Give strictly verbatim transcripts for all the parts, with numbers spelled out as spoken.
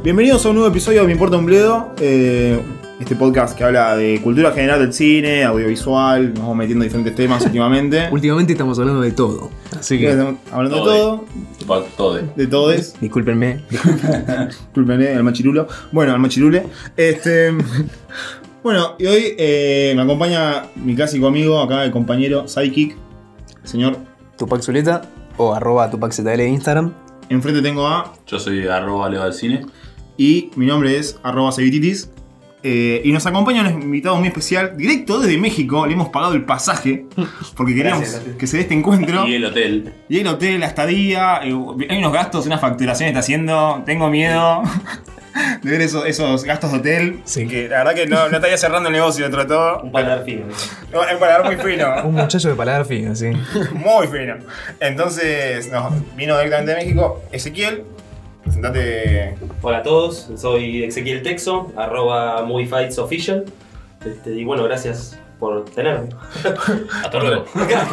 Bienvenidos a un nuevo episodio de Me Importa un Bledo, eh, este podcast que habla de cultura general del cine, audiovisual, nos vamos metiendo en diferentes temas últimamente. Últimamente estamos hablando de todo, así que... Estamos hablando Tode. de todo. Tode. De todes. Discúlpenme. Discúlpenme, al machirulo. Bueno, al machirule. Este... Bueno, y hoy eh, me acompaña mi clásico amigo, acá el compañero Sidekick, señor... Tupac Zuleta o arroba TupacZL de Instagram. Enfrente tengo a... Yo soy arroba Leo del Cine. Y mi nombre es arroba Cevititis. Eh, y nos acompaña un invitado muy especial, directo desde México. Le hemos pagado el pasaje porque queríamos Gracias, gracias. que se dé este encuentro. Y el hotel. Y el hotel, la estadía. eh, hay unos gastos, unas facturaciones que está haciendo. Tengo miedo de ver esos, esos gastos de hotel. Sí. Que la verdad que no, no estaría cerrando el negocio dentro de todo. Un paladar fino. No, es un paladar muy fino. Un muchacho de paladar fino, sí. Muy fino. Entonces, no, vino directamente de México. Ezequiel, presentate. Hola a todos, soy Ezequiel Texo, arroba MovieFightsOfficial. Este, y bueno, gracias por tenerme. Hasta luego.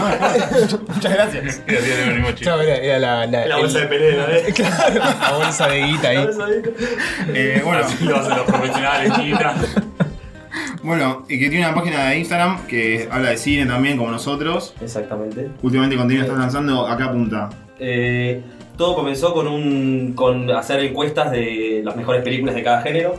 Muchas gracias. Claro, era, era la, la, La bolsa el- de pelea, ¿eh? Claro, la bolsa de guita La ahí. bolsa de- Eh, bueno, Así lo hacen los profesionales, chiquita. bueno, y que tiene una página de Instagram que habla de cine también, como nosotros. Exactamente. Últimamente el contenido que estás lanzando acá apunta. Eh, todo comenzó con un con hacer encuestas de las mejores películas de cada género.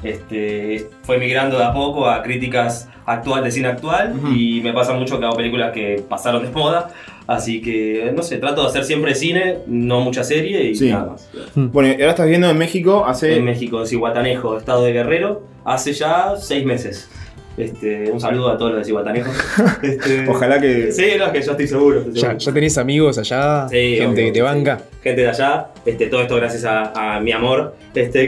Este, fue migrando de a poco a críticas actual de cine actual. Ujú. Y me pasa mucho que hago películas que pasaron de moda. Así que, no sé, trato de hacer siempre cine, no mucha serie y Sí. nada más. Bueno, y ahora estás viendo en México hace... En México, en Cihuatanejo, estado de Guerrero, hace ya seis meses. Este, un saludo a todos los de Cihuatanejo. Este, Ojalá que... Sí, no, es que yo estoy seguro. Estoy Ya, seguro. ya tenés amigos allá, Sí, gente obvio, que te sí. banca. Gente de allá, este, todo esto gracias a, a mi amor, este,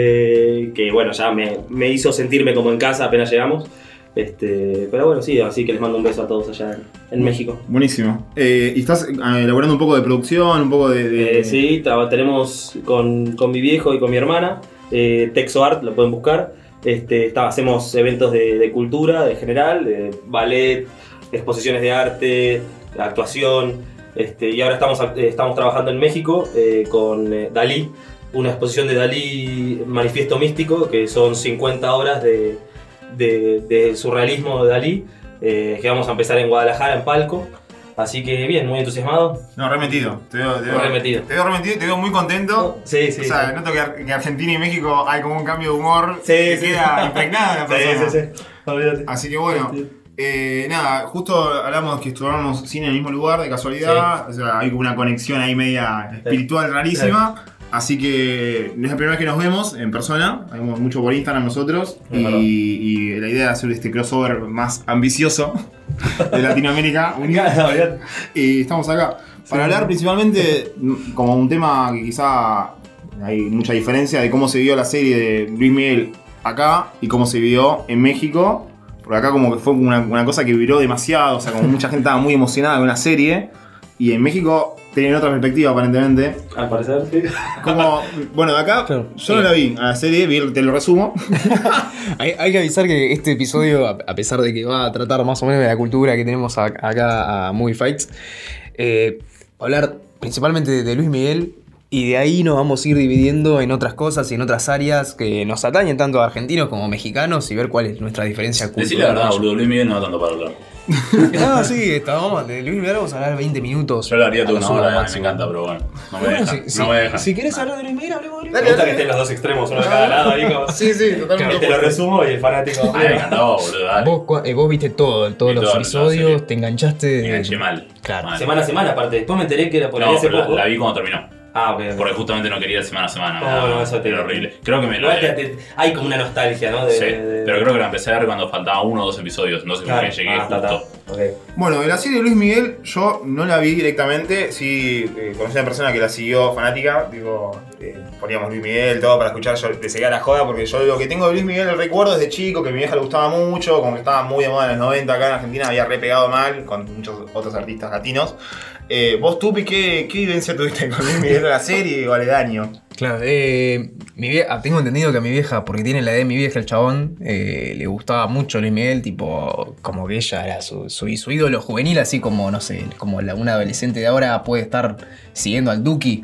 que, que bueno, ya me, me hizo sentirme como en casa apenas llegamos. Este, pero bueno, sí, así que les mando un beso a todos allá en, en México. Buenísimo. Eh, y estás eh, elaborando un poco de producción, un poco de... de- Eh, sí, tra- tenemos con, con mi viejo y con mi hermana, eh, Texo Art, lo pueden buscar. Este, está- hacemos eventos de, de cultura, de general, de ballet, exposiciones de arte, actuación. Este, y ahora estamos, act- eh, estamos trabajando en México eh, con eh, Dalí, una exposición de Dalí, Manifiesto Místico, que son cincuenta horas de, de, de surrealismo de Dalí, eh, que vamos a empezar en Guadalajara, en Palco. Así que bien, muy entusiasmado. No, remetido. Te veo, te veo, Remetido. Te veo remetido y te veo muy contento. Sí, sí. O sea, sí. noto que, Ar- que Argentina y México hay como un cambio de humor Sí, que sí. queda impregnado en la persona. Sí, sí, sí. Olvídate. Así que bueno, eh, nada, justo hablamos que estudiamos cine en el mismo lugar de casualidad, o sea, hay como una conexión ahí media espiritual rarísima. Así que no es la primera vez que nos vemos en persona, hay mucho por Instagram nosotros Es y, verdad. y la idea de hacer este crossover más ambicioso de Latinoamérica unida. Olvídate. Y estamos acá para hablar principalmente mm, como un tema que quizá hay mucha diferencia de cómo se vio la serie de Luis Miguel acá y cómo se vio en México. Porque acá como que fue una, una cosa que viró demasiado, o sea, como mucha gente estaba muy emocionada con la serie. Y en México tienen otra perspectiva aparentemente. Al parecer, sí. Como, bueno, de acá Claro, yo no sí. la vi a la serie, vi- te lo resumo. Hay, hay que avisar que este episodio, a a pesar de que va a tratar más o menos de la cultura que tenemos a- acá a Movie Fights, eh, va a hablar principalmente de, de Luis Miguel y de ahí nos vamos a ir dividiendo en otras cosas y en otras áreas que nos atañen tanto a argentinos como mexicanos y ver cuál es nuestra diferencia cultural. Decí la verdad, boludo. Luis Miguel no da tanto para hablar. Ah, sí, estábamos, de Luis Miguel vamos a hablar veinte minutos. Yo lo haría a toda lo una sumo hora, me máximo. encanta, pero bueno. No me Bueno, dejan. si, si- No me dejan. si querés hablar de Luis Miguel, hablemos de Luis Me Miguel. gusta que estén los dos extremos, uno de cada lado ahí como. Sí, sí, totalmente. Te lo resumo y el fanático. Ay, me encantó, boludo. Dale. Vos, cua- eh, vos viste todo, todos Vi los toda la episodios, serie. te enganchaste. Me de- enganché mal. Claro. Mal. Semana a semana, aparte. Después me enteré que era por ahí No, hace pero la, poco. la vi cuando terminó. Ah, ok. ok. Porque justamente no quería ir semana a semana. No, nada, no, eso te- era horrible. Creo que me lo. Igual te- te- hay como una nostalgia, ¿no? De, Sí, de- de- pero creo que la empecé a ver cuando faltaba uno o dos episodios. No sé por Claro. qué llegué Ah, está, justo. está. Ok. Bueno, de la serie de Luis Miguel yo no la vi directamente, sí eh, conocí a una persona que la siguió fanática, digo, eh, poníamos Luis Miguel, todo para escuchar, yo le seguía la joda porque yo lo que tengo de Luis Miguel el recuerdo desde chico, que a mi vieja le gustaba mucho, como que estaba muy de moda en los noventa acá en Argentina, había re pegado mal con muchos otros artistas latinos. Eh, vos, Tupi, ¿qué, qué vivencia tuviste con Luis Miguel en la serie o aledaño? Claro, eh, mi vieja, tengo entendido que a mi vieja, porque tiene la edad de mi vieja el chabón, eh, le gustaba mucho Luis Miguel, tipo, como que ella era su, su, su ídolo juvenil, así como, no sé, como la, una adolescente de ahora puede estar siguiendo al Duki.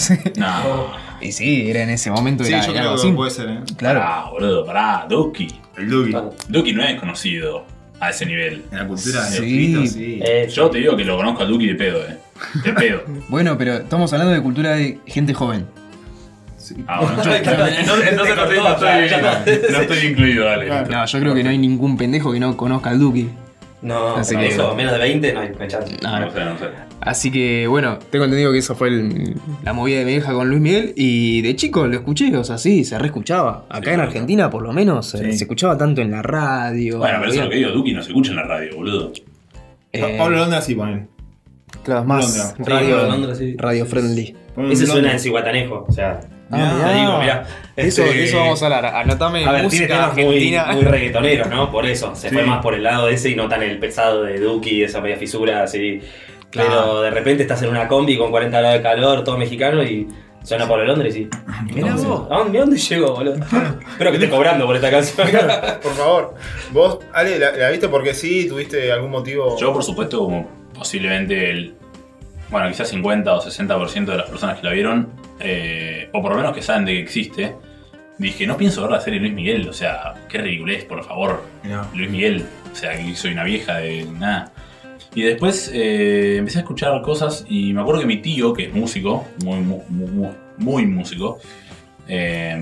No. Y sí, era en ese momento, Sí, era, yo era creo algo que así. puede ser, ¿eh? Claro. Pará, boludo, pará. Duki. El Duki. Duki no es conocido a ese nivel. En la cultura de Sí. los pitos, sí. Eh, Yo te digo que lo conozco a Duki de pedo, eh. De pedo. Bueno, pero estamos hablando de cultura de gente joven. Sí. Ah, bueno. Yo- Entonces no estoy, no estoy- no estoy incluido, dale. Claro. No, yo creo que no hay ningún pendejo que no conozca al Duki. No, Así no, que- eso, menos de veinte no hay, no hay chance. No, no. No sé, no sé. Así que bueno, tengo entendido que eso fue el- la movida de mi hija con Luis Miguel y de chico lo escuché, o sea, sí, se reescuchaba. Acá Sí, en claro. Argentina por lo menos eh, Sí. se escuchaba tanto en la radio. Bueno, pero eso es lo que había- digo, Duki no se escucha en la radio, boludo. eh, Pa- Pablo Londra sí, ponele. Claro, es más Londra. Sí, radio, Pablo Londra, sí. radio friendly. Ponele Ese suena Londra. en Ciguatanejo, o sea. Ah, te digo, mirá. De eso, este- de eso vamos a hablar. Anotame A ver, tiene música temas muy, argentina. muy reggaetoneros, ¿no? Por eso, se Sí. fue más por el lado ese y no tan el pesado de Duki, esa media fisura así. Claro. Pero de repente estás en una combi con cuarenta grados de calor, todo mexicano y suena Pablo Londres y. Mirá Entonces, vos. ¿A dónde, a dónde llegó, boludo? Espero que esté cobrando por esta canción. Por favor. Vos, Ale, ¿la, la viste porque sí? ¿Tuviste algún motivo? Yo, por supuesto, como posiblemente el. Bueno, quizás cincuenta o sesenta por ciento de las personas que la vieron, eh, o por lo menos que saben de que existe, dije, no pienso ver la serie Luis Miguel, o sea, qué ridiculez, por favor. No. Luis Miguel, o sea, que soy una vieja de nada. Y después eh, empecé a escuchar cosas y me acuerdo que mi tío, que es músico, muy, muy, muy, muy músico, eh,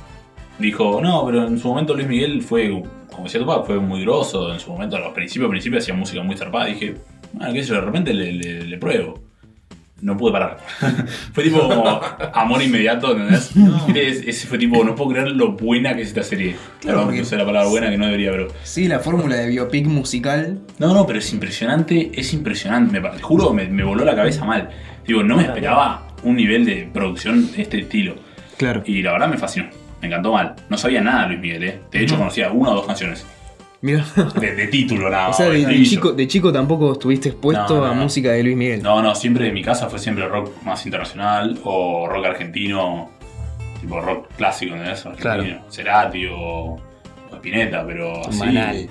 dijo, no, pero en su momento Luis Miguel fue, como decía tu papá, fue muy grosso, en su momento, a los principios, principios hacía música muy zarpada, dije, bueno, qué sé yo, de repente le, le, le pruebo. No pude parar. Fue tipo como amor inmediato, ¿entendés? Ese, ese fue tipo, no puedo creer lo buena que es esta serie. Claro, porque- no sé la palabra buena que no debería, pero... Sí, la fórmula de biopic musical. No, no, pero es impresionante, es impresionante. Me, pa- te juro, me, me voló la cabeza mal. Digo, no me esperaba un nivel de producción de este estilo. Claro. Y la verdad me fascinó. Me encantó mal. No sabía nada de Luis Miguel, ¿eh? De hecho, conocía una o dos canciones. Mira. De, de título, nada O más. sea, de, de estribillo. chico, de chico tampoco estuviste expuesto No, no, a no. música de Luis Miguel. No, no, siempre en mi casa fue siempre rock más internacional o rock argentino, tipo rock clásico, ¿entendés? Argentino. Claro. Cerati o, o Spinetta, pero así. Manal.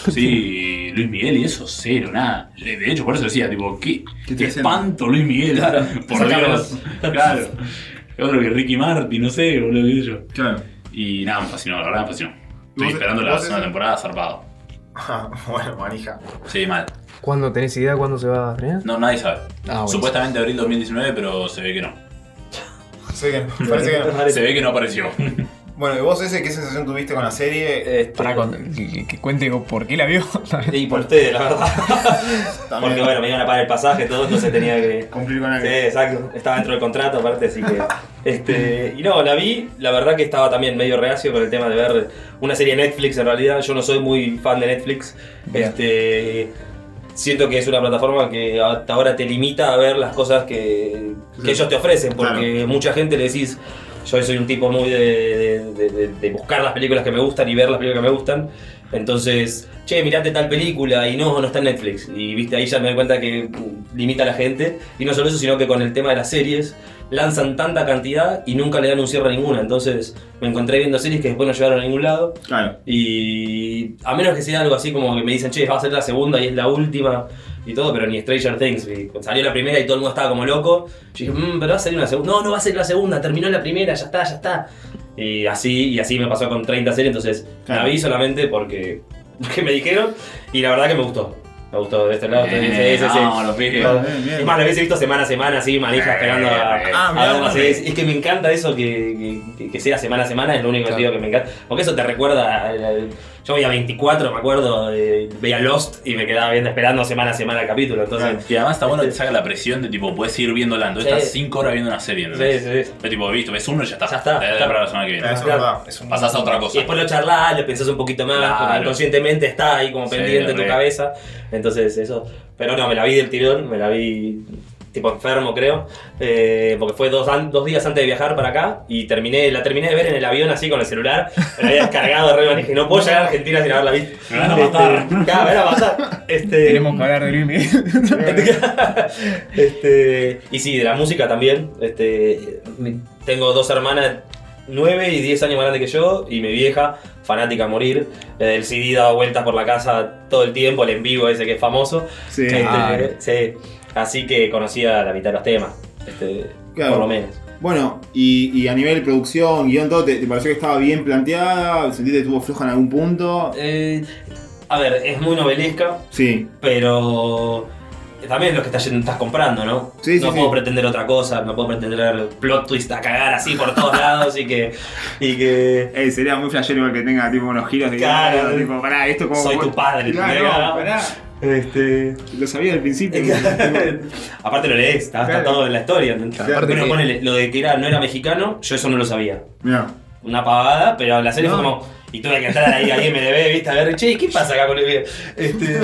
Sí, Luis Miguel y eso, cero, nada. De de hecho, por eso decía, tipo, qué, ¿Qué qué te hacen? espanto Luis Miguel. Claro, Por sacámelo. Dios. Claro. Otro que Ricky Martin, no sé, boludo, qué sé yo. Claro. Y nada, me fascinó, la verdad me fascinó. Estoy ¿Vos- esperando la vos segunda ese? temporada zarpado. Ah, bueno, manija. Sí, mal. ¿Cuándo tenés idea cuándo se va a estrenar? No, nadie sabe. Ah, bueno. Supuestamente abril dos mil diecinueve, pero se ve que no. Sé que no, parece que no. Se ve que no apareció. Bueno, ¿y vos ese qué sensación tuviste con la serie? Este, Para con- que, que cuente por qué la vio. Y por ustedes, la verdad. También Porque bueno, me iban a pagar el pasaje, todo, entonces tenía que. cumplir con Sí, algo. exacto. Estaba dentro del contrato, aparte, así que. Este, y no, la vi, la verdad que estaba también medio reacio con el tema de ver una serie de Netflix en realidad. Yo no soy muy fan de Netflix. Bien. Este. Siento que es una plataforma que hasta ahora te limita a ver las cosas que, que Sí. ellos te ofrecen, porque Claro. mucha gente le decís, yo soy un tipo muy de, de- de- de- de buscar las películas que me gustan y ver las películas que me gustan. Entonces, che, mirate tal película y no, no está en Netflix. Y viste, ahí ya me doy cuenta que mm, limita a la gente. Y no solo eso, sino que con el tema de las series, lanzan tanta cantidad y nunca le dan un cierre a ninguna. Entonces, me encontré viendo series que después no llegaron a ningún lado. Claro. Y a menos que sea algo así como que me dicen, che, va a ser la segunda y es la última y todo, pero ni Stranger Things. Y cuando salió la primera y todo el mundo estaba como loco. Yo dije, mmm, pero va a salir una segunda. No, no va a ser la segunda, terminó la primera, ya está, ya está. Y así, y así me pasó con treinta series, entonces Claro. la vi solamente porque, porque me dijeron y la verdad que me gustó. Me gustó de este lado. Bien, Sí, sí, sí. no, lo pije. Bien, bien. Es más, la hubiese visto semana a semana, así, manija, esperando a, Bien, bien. Ah, a mirá, ver las bueno. series. Es que me encanta eso, que, que, que sea semana a semana, es lo único Claro. que digo que me encanta. Porque eso te recuerda. al- al- Yo veía veinticuatro, me acuerdo, eh, veía Lost y me quedaba viendo esperando semana a semana el capítulo. Entonces, Y además está bueno que te saca la presión de tipo, puedes seguir viéndola. Entonces Sí. estás cinco horas viendo una serie, sí, ¿entendés? sí, sí. Es tipo, visto, ves uno y ya está. Ya está, Te da está. para la semana que viene. Eso es Claro. verdad. Es un- Pasás a otra Y cosa. después lo charlás, lo pensás un poquito más, Claro. porque inconscientemente está ahí como Sí, pendiente en tu re. cabeza. Entonces, eso. Pero no, me la vi del tirón, me la vi. tipo enfermo creo, eh, porque fue dos, an- dos días antes de viajar para acá y terminé, la terminé de ver en el avión así con el celular, me la había descargado re manija y no puedo llegar a Argentina sin haberla visto. Me van a matar. Este, claro, me van a matar. Este, Tenemos que hablar de Luis Miguel. este, y sí, de la música también. Este, tengo dos hermanas, nueve y diez años más grandes que yo, y mi vieja, fanática a morir. Eh, el C D daba vueltas por la casa todo el tiempo, el en vivo ese que es famoso. Sí. Este, Claro. sí. Así que conocía la mitad de los temas, este, Claro. por lo menos. Bueno, y, y a nivel producción, guión, todo, ¿te, te pareció que estaba bien planteada? ¿Sentiste que estuvo floja en algún punto? Eh, a ver, es muy novelesca, Sí. pero también es lo que estás, estás comprando, ¿no? Sí, sí, no sí. puedo pretender otra cosa, no puedo pretender plot twist a cagar así por todos lados y que, y que Ey, sería muy flashero igual que tenga tipo unos giros de Claro. guión, tipo, pará, esto como. soy tu padre. Claro, ¿entendés? no, pará. Este... Lo sabía al principio. Aparte lo lees, está, está Claro. todo en la historia. ¿entendés? Claro. Aparte Bueno, que- ponele, lo de que era, no era mexicano, yo eso no lo sabía. Mira. Una pavada, pero la serie No. fue como. Y tuve que entrar ahí a I M D B, ¿viste? A ver, che, ¿qué pasa acá con el video? Este,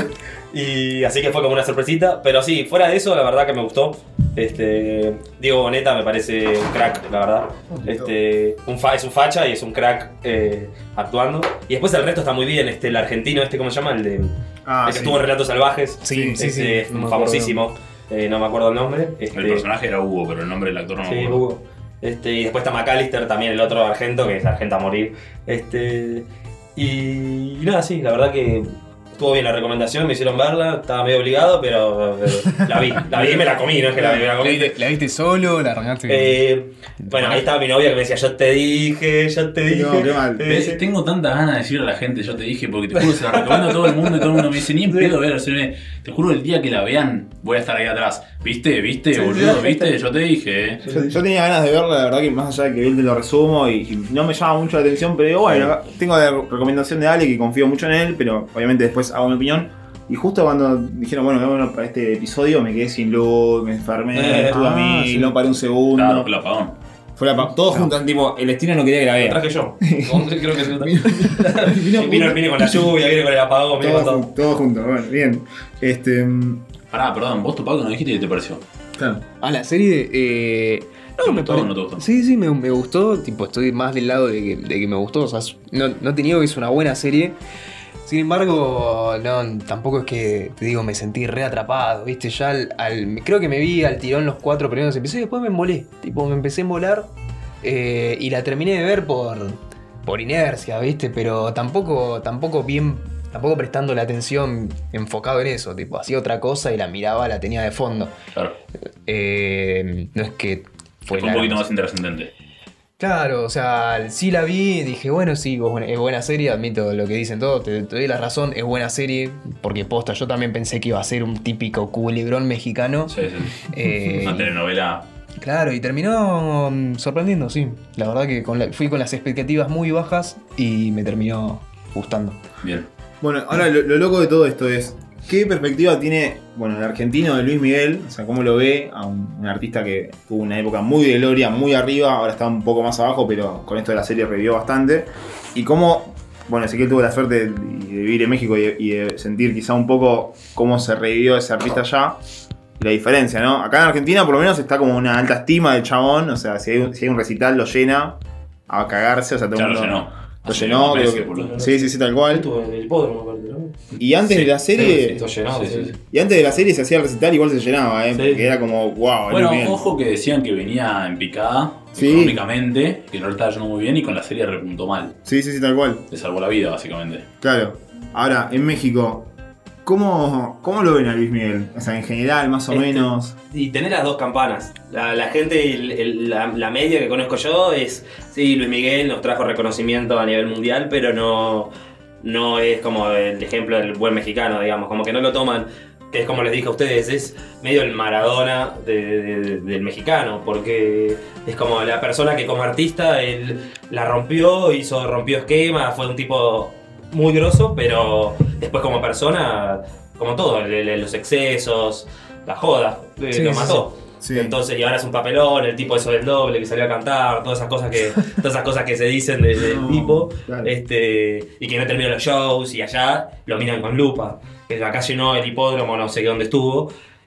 y así que fue como una sorpresita. Pero sí, fuera de eso, la verdad que me gustó. Este, Diego Boneta me parece un crack, la verdad. Este, un fa, es un facha y es un crack eh, actuando. Y después el resto está muy bien. Este, el argentino, este, ¿cómo se llama? El de. Ah, el que sí. estuvo en Relatos Salvajes. Sí, sí, Este, sí. es no me famosísimo. Eh, no me acuerdo el nombre. Este, El personaje era Hugo, pero el nombre del actor no me Sí, acuerdo. Hugo. Este, y después está McAllister también, el otro argento, que es argento a morir. Este, y, y nada, sí, la verdad que estuvo bien la recomendación, me hicieron verla, estaba medio obligado, pero, pero la vi, la vi y me la comí, no es que la vi, me la ¿La comí. viste, la viste solo? ¿La arrancaste? Eh, bueno, ahí estaba mi novia que me decía, yo te dije, yo te dije. No, qué mal. Eh, ¿Ves? Tengo tantas ganas de decirle a la gente, yo te dije, porque te juro que se la recomiendo a todo el mundo y todo el mundo me dice, ni en pedo ver, o sea, te juro el día que la vean voy a estar ahí atrás. ¿Viste? ¿Viste, Sí, boludo? sí. ¿Viste? Yo te dije, eh. Yo, yo tenía ganas de verla, la verdad que más allá de que bien te lo resumo y, y no me llama mucho la atención, pero digo, bueno, tengo la recomendación de Ale que confío mucho en él, pero obviamente después hago mi opinión. Y justo cuando dijeron, bueno, bueno, para este episodio me quedé sin luz, me enfermé, Eh, estuve a ah, mí, sí. no paré un segundo. Claro, el apagón. Fue la pa- todos juntos, tipo, el destino no quería que la Lo vea. traje yo. Creo que vino, vino, vino con la lluvia, vino con el apagón, vino con Todos, todo. jun- todos juntos, bueno, bien. Este. mm, Pará, perdón, vos tu Paco no dijiste qué te pareció. Claro. Ah, la serie. Eh, no, ¿Te me gustó pare- o no te gustó? Sí, sí, me, me gustó. Tipo, estoy más del lado de que, de que me gustó. O sea, es- no, no te niego que es una buena serie. Sin embargo, no, tampoco es que, te digo, me sentí re atrapado, ¿viste? Ya al, al- creo que me vi al tirón los cuatro primeros episodios y después me embolé. Tipo, me empecé a embolar eh, y la terminé de ver por, por inercia, ¿viste? Pero tampoco, tampoco bien, tampoco prestando la atención enfocado en eso. Tipo, hacía otra cosa y la miraba, la tenía de fondo. Claro. Eh, no es que Fue un larga, poquito no más intrascendente. Claro, o sea, sí la vi, dije, bueno, sí, es buena, es buena serie, admito lo que dicen todos, te, te doy la razón, es buena serie, porque posta, yo también pensé que iba a ser un típico culebrón mexicano. Sí, sí. Eh, Una telenovela. claro, y terminó mm, sorprendiendo, sí. La verdad que con la- fui con las expectativas muy bajas y me terminó gustando. Bien. Bueno, ahora lo, lo loco de todo esto es, ¿qué perspectiva tiene, bueno, el argentino de Luis Miguel? O sea, ¿cómo lo ve a un, un artista que tuvo una época muy de gloria, muy arriba, ahora está un poco más abajo, pero con esto de la serie revivió bastante? Y cómo, bueno, Ezequiel tuvo la suerte de, de vivir en México y de, y de sentir quizá un poco cómo se revivió ese artista allá. Y la diferencia, ¿no? Acá en Argentina por lo menos está como una alta estima del chabón, o sea, si hay, un- si hay un recital lo llena a cagarse, o sea, todo el Ya lo mundo... llenó. Lo Hace llenó, unos creo meses, que- boludo. Sí, sí, sí, tal cual. Estuvo en el hipódromo, aparte, ¿no? Y antes Sí, de la serie... Esto llenado, Sí, sí, sí, sí. sí. Y antes de la serie se hacía el recital, igual se llenaba, ¿eh? Sí. Porque era como, wow, Bueno, Luis Miguel. ojo que decían que venía en picada Sí. económicamente, que no le estaba yendo muy bien y con la serie repuntó mal. Sí, sí, sí, tal cual. Le salvó la vida, básicamente. Claro. Ahora, en México, ¿cómo, cómo lo ven a Luis Miguel? O sea, en general, más o Este- menos. Y tener las dos campanas. La, la gente, el- el- la, la media que conozco yo es, sí, Luis Miguel nos trajo reconocimiento a nivel mundial, pero no, no es como el ejemplo del buen mexicano, digamos, como que no lo toman, que es como les dije a ustedes, es medio el Maradona de- de- del mexicano, porque es como la persona que como artista él la rompió, hizo, rompió esquema, fue un tipo muy grosso, pero después como persona, como todo, el- el- los excesos, la joda, eh, Sí, lo sí, mató. Sí. Entonces, y ahora es un papelón, el tipo eso del doble que salió a cantar, todas esas cosas que, todas esas cosas que se dicen de- del No, tipo, claro. este, y que no terminó los shows, y allá lo miran con lupa. Que acá llenó el hipódromo, no sé qué dónde estuvo,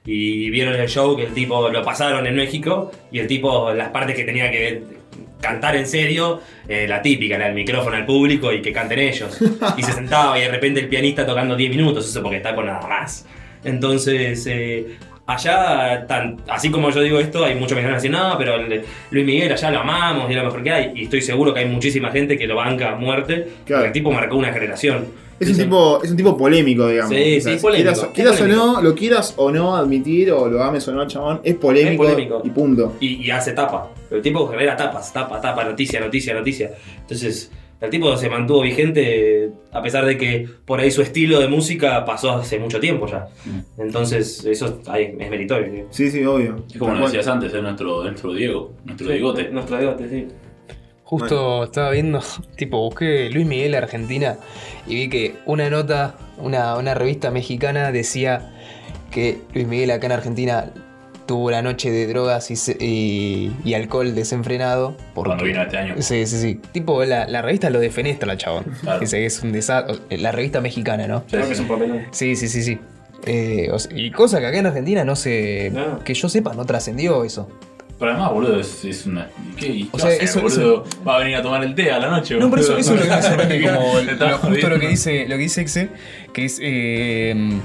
y vieron el show que el tipo lo pasaron en México y el tipo, las partes que tenía que cantar en serio, eh, la típica, el micrófono al público y que canten ellos. Y se sentaba y de repente el pianista tocando diez minutos, eso porque está con nada más. Entonces, eh, allá, tan, así como yo digo esto, hay muchos que me van a decir, no, pero el, Luis Miguel allá lo amamos y es lo mejor que hay. Y estoy seguro que hay muchísima gente que lo banca a muerte, Claro. porque el tipo marcó una generación. Es un, Dicen- tipo, es un tipo polémico, digamos. Sí, O sea, sí, polémico, Quieras, es quieras polémico. o no, lo quieras o no admitir, o lo ames o no, chabón, es polémico, Es polémico. y punto. Y, y hace tapa. El tipo genera tapas, tapa, tapa, noticia, noticia, noticia. Entonces, el tipo se mantuvo vigente a pesar de que por ahí su estilo de música pasó hace mucho tiempo ya. Entonces, eso ahí es meritorio. ¿sí? Sí, sí, obvio. Es como Tal lo cual. decías antes, es nuestro, nuestro Diego, nuestro Diegote. Nuestro Diegote, sí. Justo estaba viendo, tipo, busqué Luis Miguel Argentina y vi que una nota, una, una revista mexicana decía que Luis Miguel acá en Argentina tuvo la noche de drogas y, se- y, y alcohol desenfrenado. Porque, Cuando vino este año. Sí, sí, sí. Tipo, la, la revista lo defenestra, chabón. Claro. Dice que es un desastre. La revista mexicana, ¿no? Creo que es un papelón. Sí, sí, sí, sí. Eh, o sea, y cosa que acá en Argentina no se... No. Que yo sepa, no trascendió eso. Pero además, boludo, es, es una. ¿Qué, ¿qué O va sea, a hacer, eso- boludo? Va a venir a tomar el té a la noche, No, pero eso, boludo. eso es lo que me sorprende, como Te lo- estás justo lo jodiendo. que dice, lo que dice Exe, que es eh,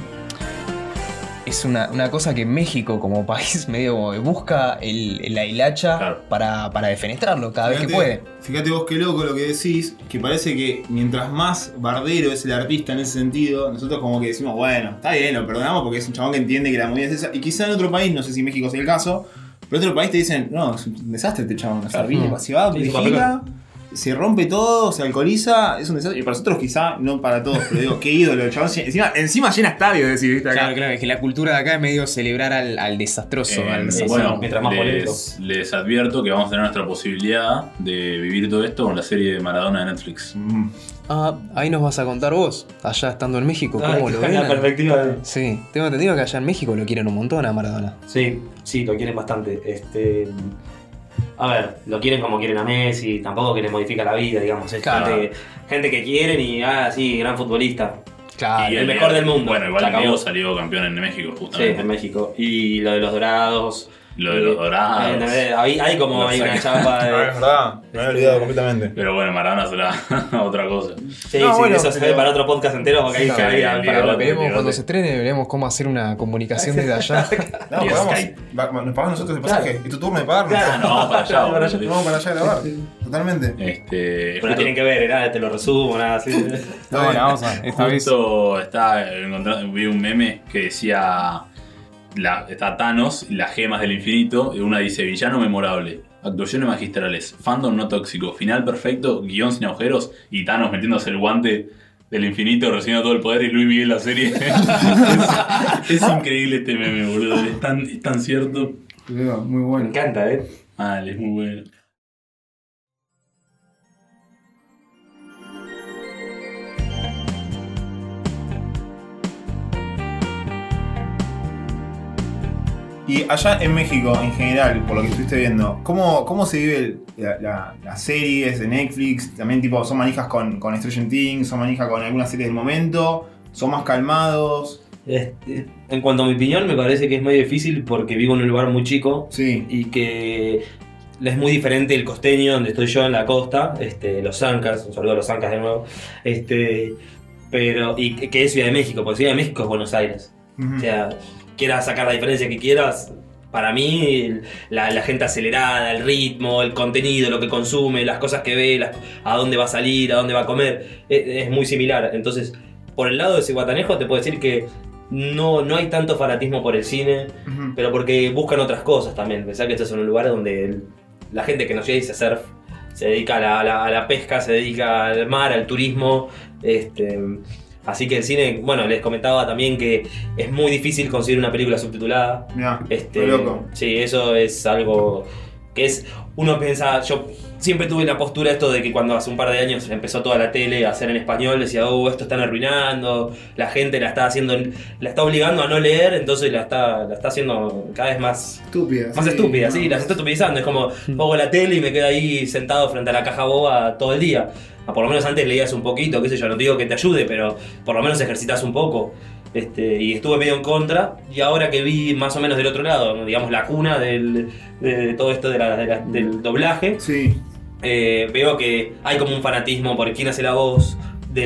es una, una cosa que México como país medio busca el, la hilacha Claro. para, para defenestrarlo cada vez que Fíjate- puede. Fíjate vos qué loco lo que decís, que parece que mientras más bardero es el artista en ese sentido, nosotros como que decimos, bueno, está bien, lo perdonamos porque es un chabón que entiende que la movida es esa. Y quizá en otro país, no sé si México sea el caso, pero en otro país te dicen, no, es un desastre este chabón. O sea, Claro. viene, se va Sí, de es un gira, se rompe todo, se alcoholiza, es un desastre. Y para nosotros quizá, no para todos, pero digo, qué ídolo, el chabón encima, encima llena estadio, decir, ¿viste? Acá. Claro, claro, es que la cultura de acá es medio celebrar al, al desastroso, Eh, al sí, bueno, mientras más les, les advierto que vamos a tener nuestra posibilidad de vivir todo esto con la serie de Maradona de Netflix. Mm. Ah, ahí nos vas a contar vos, allá estando en México, Ah, cómo lo la ven. perspectiva de- Sí, tengo entendido que allá en México lo quieren un montón a Maradona. Sí, sí, lo quieren bastante. Este, a ver, lo quieren como quieren a Messi, tampoco que le modifica la vida, digamos. Es Claro. gente, gente que quieren y, ah, sí, gran futbolista. Claro. Y el mejor del mundo. Bueno, igual Se el Diego acabó. salió campeón en México, Sí, justamente. en México. Y lo de los dorados. Lo de los Eh, dorados. eh, Hay, hay como Lo hay una saca- chapa de. verdad, me había olvidado completamente. Pero bueno, Maradona será otra cosa. Sí, No, sí, bueno, eso se pero- ve para otro podcast entero porque ahí No, se veía el para Diego- lo que- Veremos Diego, cuando te- se estrene, veremos cómo hacer una comunicación desde allá. No, Y pagamos, Skype. va- nos pagamos nosotros el pasaje. Claro. Es tu turno de pagarnos. Claro. No, vamos para allá. Para boludo. allá. Vamos para allá a grabar. Totalmente. Este, Pero no justo- tienen que ver, nada, te lo resumo, nada así. No, bueno, vamos a ver. Esta vez. Justo está encontrando, vi un meme que decía la, está Thanos y las gemas del infinito, y una dice villano memorable, actuaciones magistrales, fandom no tóxico, final perfecto, guión sin agujeros, y Thanos metiéndose el guante del infinito, recibiendo todo el poder, y Luis Miguel la serie. es, es increíble este meme, boludo, es tan, es tan cierto. Muy Me bueno. encanta, ¿eh? Mal, es muy bueno. Y allá en México, en general, por lo que estuviste viendo, ¿cómo, cómo se vive el- la- la- las series de Netflix? También tipo, ¿son manijas con, con Stranger Things? ¿Son manijas con algunas series del momento? ¿Son más calmados? Este, en cuanto a mi opinión, me parece que es muy difícil porque vivo en un lugar muy chico Sí. y que es muy diferente el costeño donde estoy yo en la costa, este, los Zancas, un saludo a los Zancas de nuevo, este, pero, y que que es Ciudad de México, porque Ciudad de México es Buenos Aires. Ujú. O sea, quieras sacar la diferencia que quieras, para mí la, la gente acelerada, el ritmo, el contenido, lo que consume, las cosas que ve, las- a dónde va a salir, a dónde va a comer, es, es muy similar. Entonces, por el lado de Zihuatanejo te puedo decir que no, no hay tanto fanatismo por el cine, Ujú. pero porque buscan otras cosas también. Pensá que esto es un lugar donde el- la gente que no llega dice surf, se dedica a la, a la- a la pesca, se dedica al mar, al turismo. Este, así que el cine, bueno, les comentaba también que es muy difícil conseguir una película subtitulada. Mirá, Este, re loco. Sí, eso es algo que es uno piensa, yo siempre tuve la postura esto de que cuando hace un par de años empezó toda la tele a hacer en español, decía, oh, esto están arruinando, la gente la está haciendo, la está obligando a no leer, entonces la está, la está haciendo cada vez más Estúpida. más sí, estúpida, no, sí, las está estupidizando, es como pongo la tele y me quedo ahí sentado frente a la caja boba todo el día. Por lo menos antes leías un poquito, qué sé yo, no te digo que te ayude, pero por lo menos ejercitas un poco. Este, y estuve medio en contra, y ahora que vi más o menos del otro lado, digamos la cuna del, de, de todo esto de la, de la, del doblaje, Sí. eh, veo que hay como un fanatismo por quién hace la voz,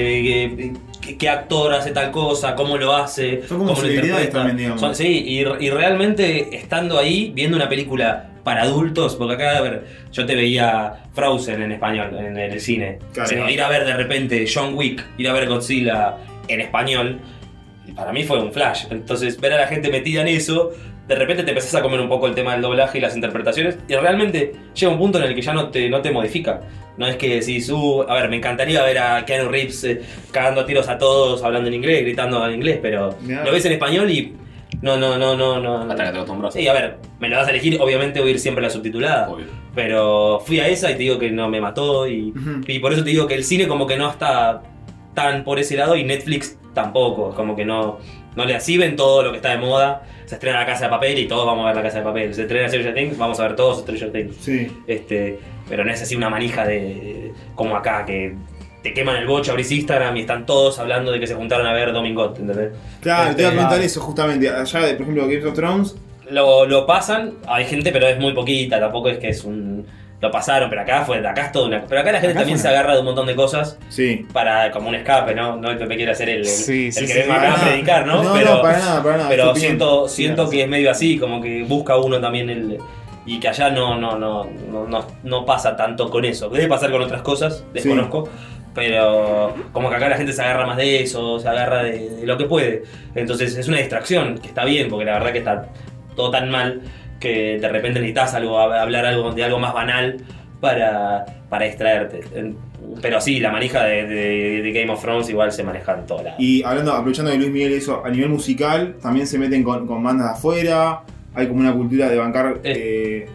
de qué, qué actor hace tal cosa, cómo lo hace, Son como cómo lo celebridades interpreta. también, digamos. Son- sí, y, y realmente estando ahí, viendo una película para adultos, porque acá, a ver, yo te veía Frozen en español, en el cine. Claro. Pero ir a ver de repente John Wick, ir a ver Godzilla en español, para mí fue un flash. Entonces, ver a la gente metida en eso, de repente te empezás a comer un poco el tema del doblaje y las interpretaciones, y realmente llega un punto en el que ya no te, no te modifica. No es que decís, uh, a ver, me encantaría ver a Keanu Reeves eh, cagando a tiros a todos, hablando en inglés, gritando en inglés, pero Mirá. lo ves en español y no, no, no, no, no. Hasta que te acostumbras. Sí, a ver, me lo vas a elegir, obviamente voy a ir siempre a la subtitulada. Obvio. Pero fui a esa y te digo que no me mató y, Ujú. y por eso te digo que el cine como que no está tan por ese lado y Netflix tampoco, como que no, no le asiven todo lo que está de moda. Se estrena La Casa de Papel y todos vamos a ver La Casa de Papel. Se estrena Stranger Things, vamos a ver todos Stranger Things. Sí. Este, pero no es así una manija de, de- como acá, que te queman el boche, abrís Instagram y están todos hablando de que se juntaron a ver Domingot, ¿entendés? Claro, te iba a Este, preguntar eso justamente. Allá, de, por ejemplo, Game of Thrones. Lo, lo pasan, hay gente, pero es muy poquita, tampoco es que es un... Lo pasaron, pero acá fue, acá es todo una... Pero acá la gente Acá también fue se una- agarra de un montón de cosas Sí. para como un escape, ¿no? No el Pepe quiere hacer el, el, Sí, sí, el que sí, venga sí. acá a Para predicar, ¿no? nada. No, pero no, para nada, para nada. pero es tu opinión. siento, Sí, siento sí. que es medio así, como que busca uno también el... Y que allá no, no, no, no, no, no pasa tanto con eso. Debe pasar con otras cosas, desconozco. Pero como que acá la gente se agarra más de eso, se agarra de, de lo que puede. Entonces es una distracción, que está bien, porque la verdad que está todo tan mal que de repente necesitas algo, hablar algo de algo más banal para, para distraerte. En- Pero sí, la manija de, de- de Game of Thrones igual se maneja en todo lado. Y hablando, aprovechando de Luis Miguel, eso, a nivel musical, también se meten con, con bandas de afuera. Hay como una cultura de bancar. Eh,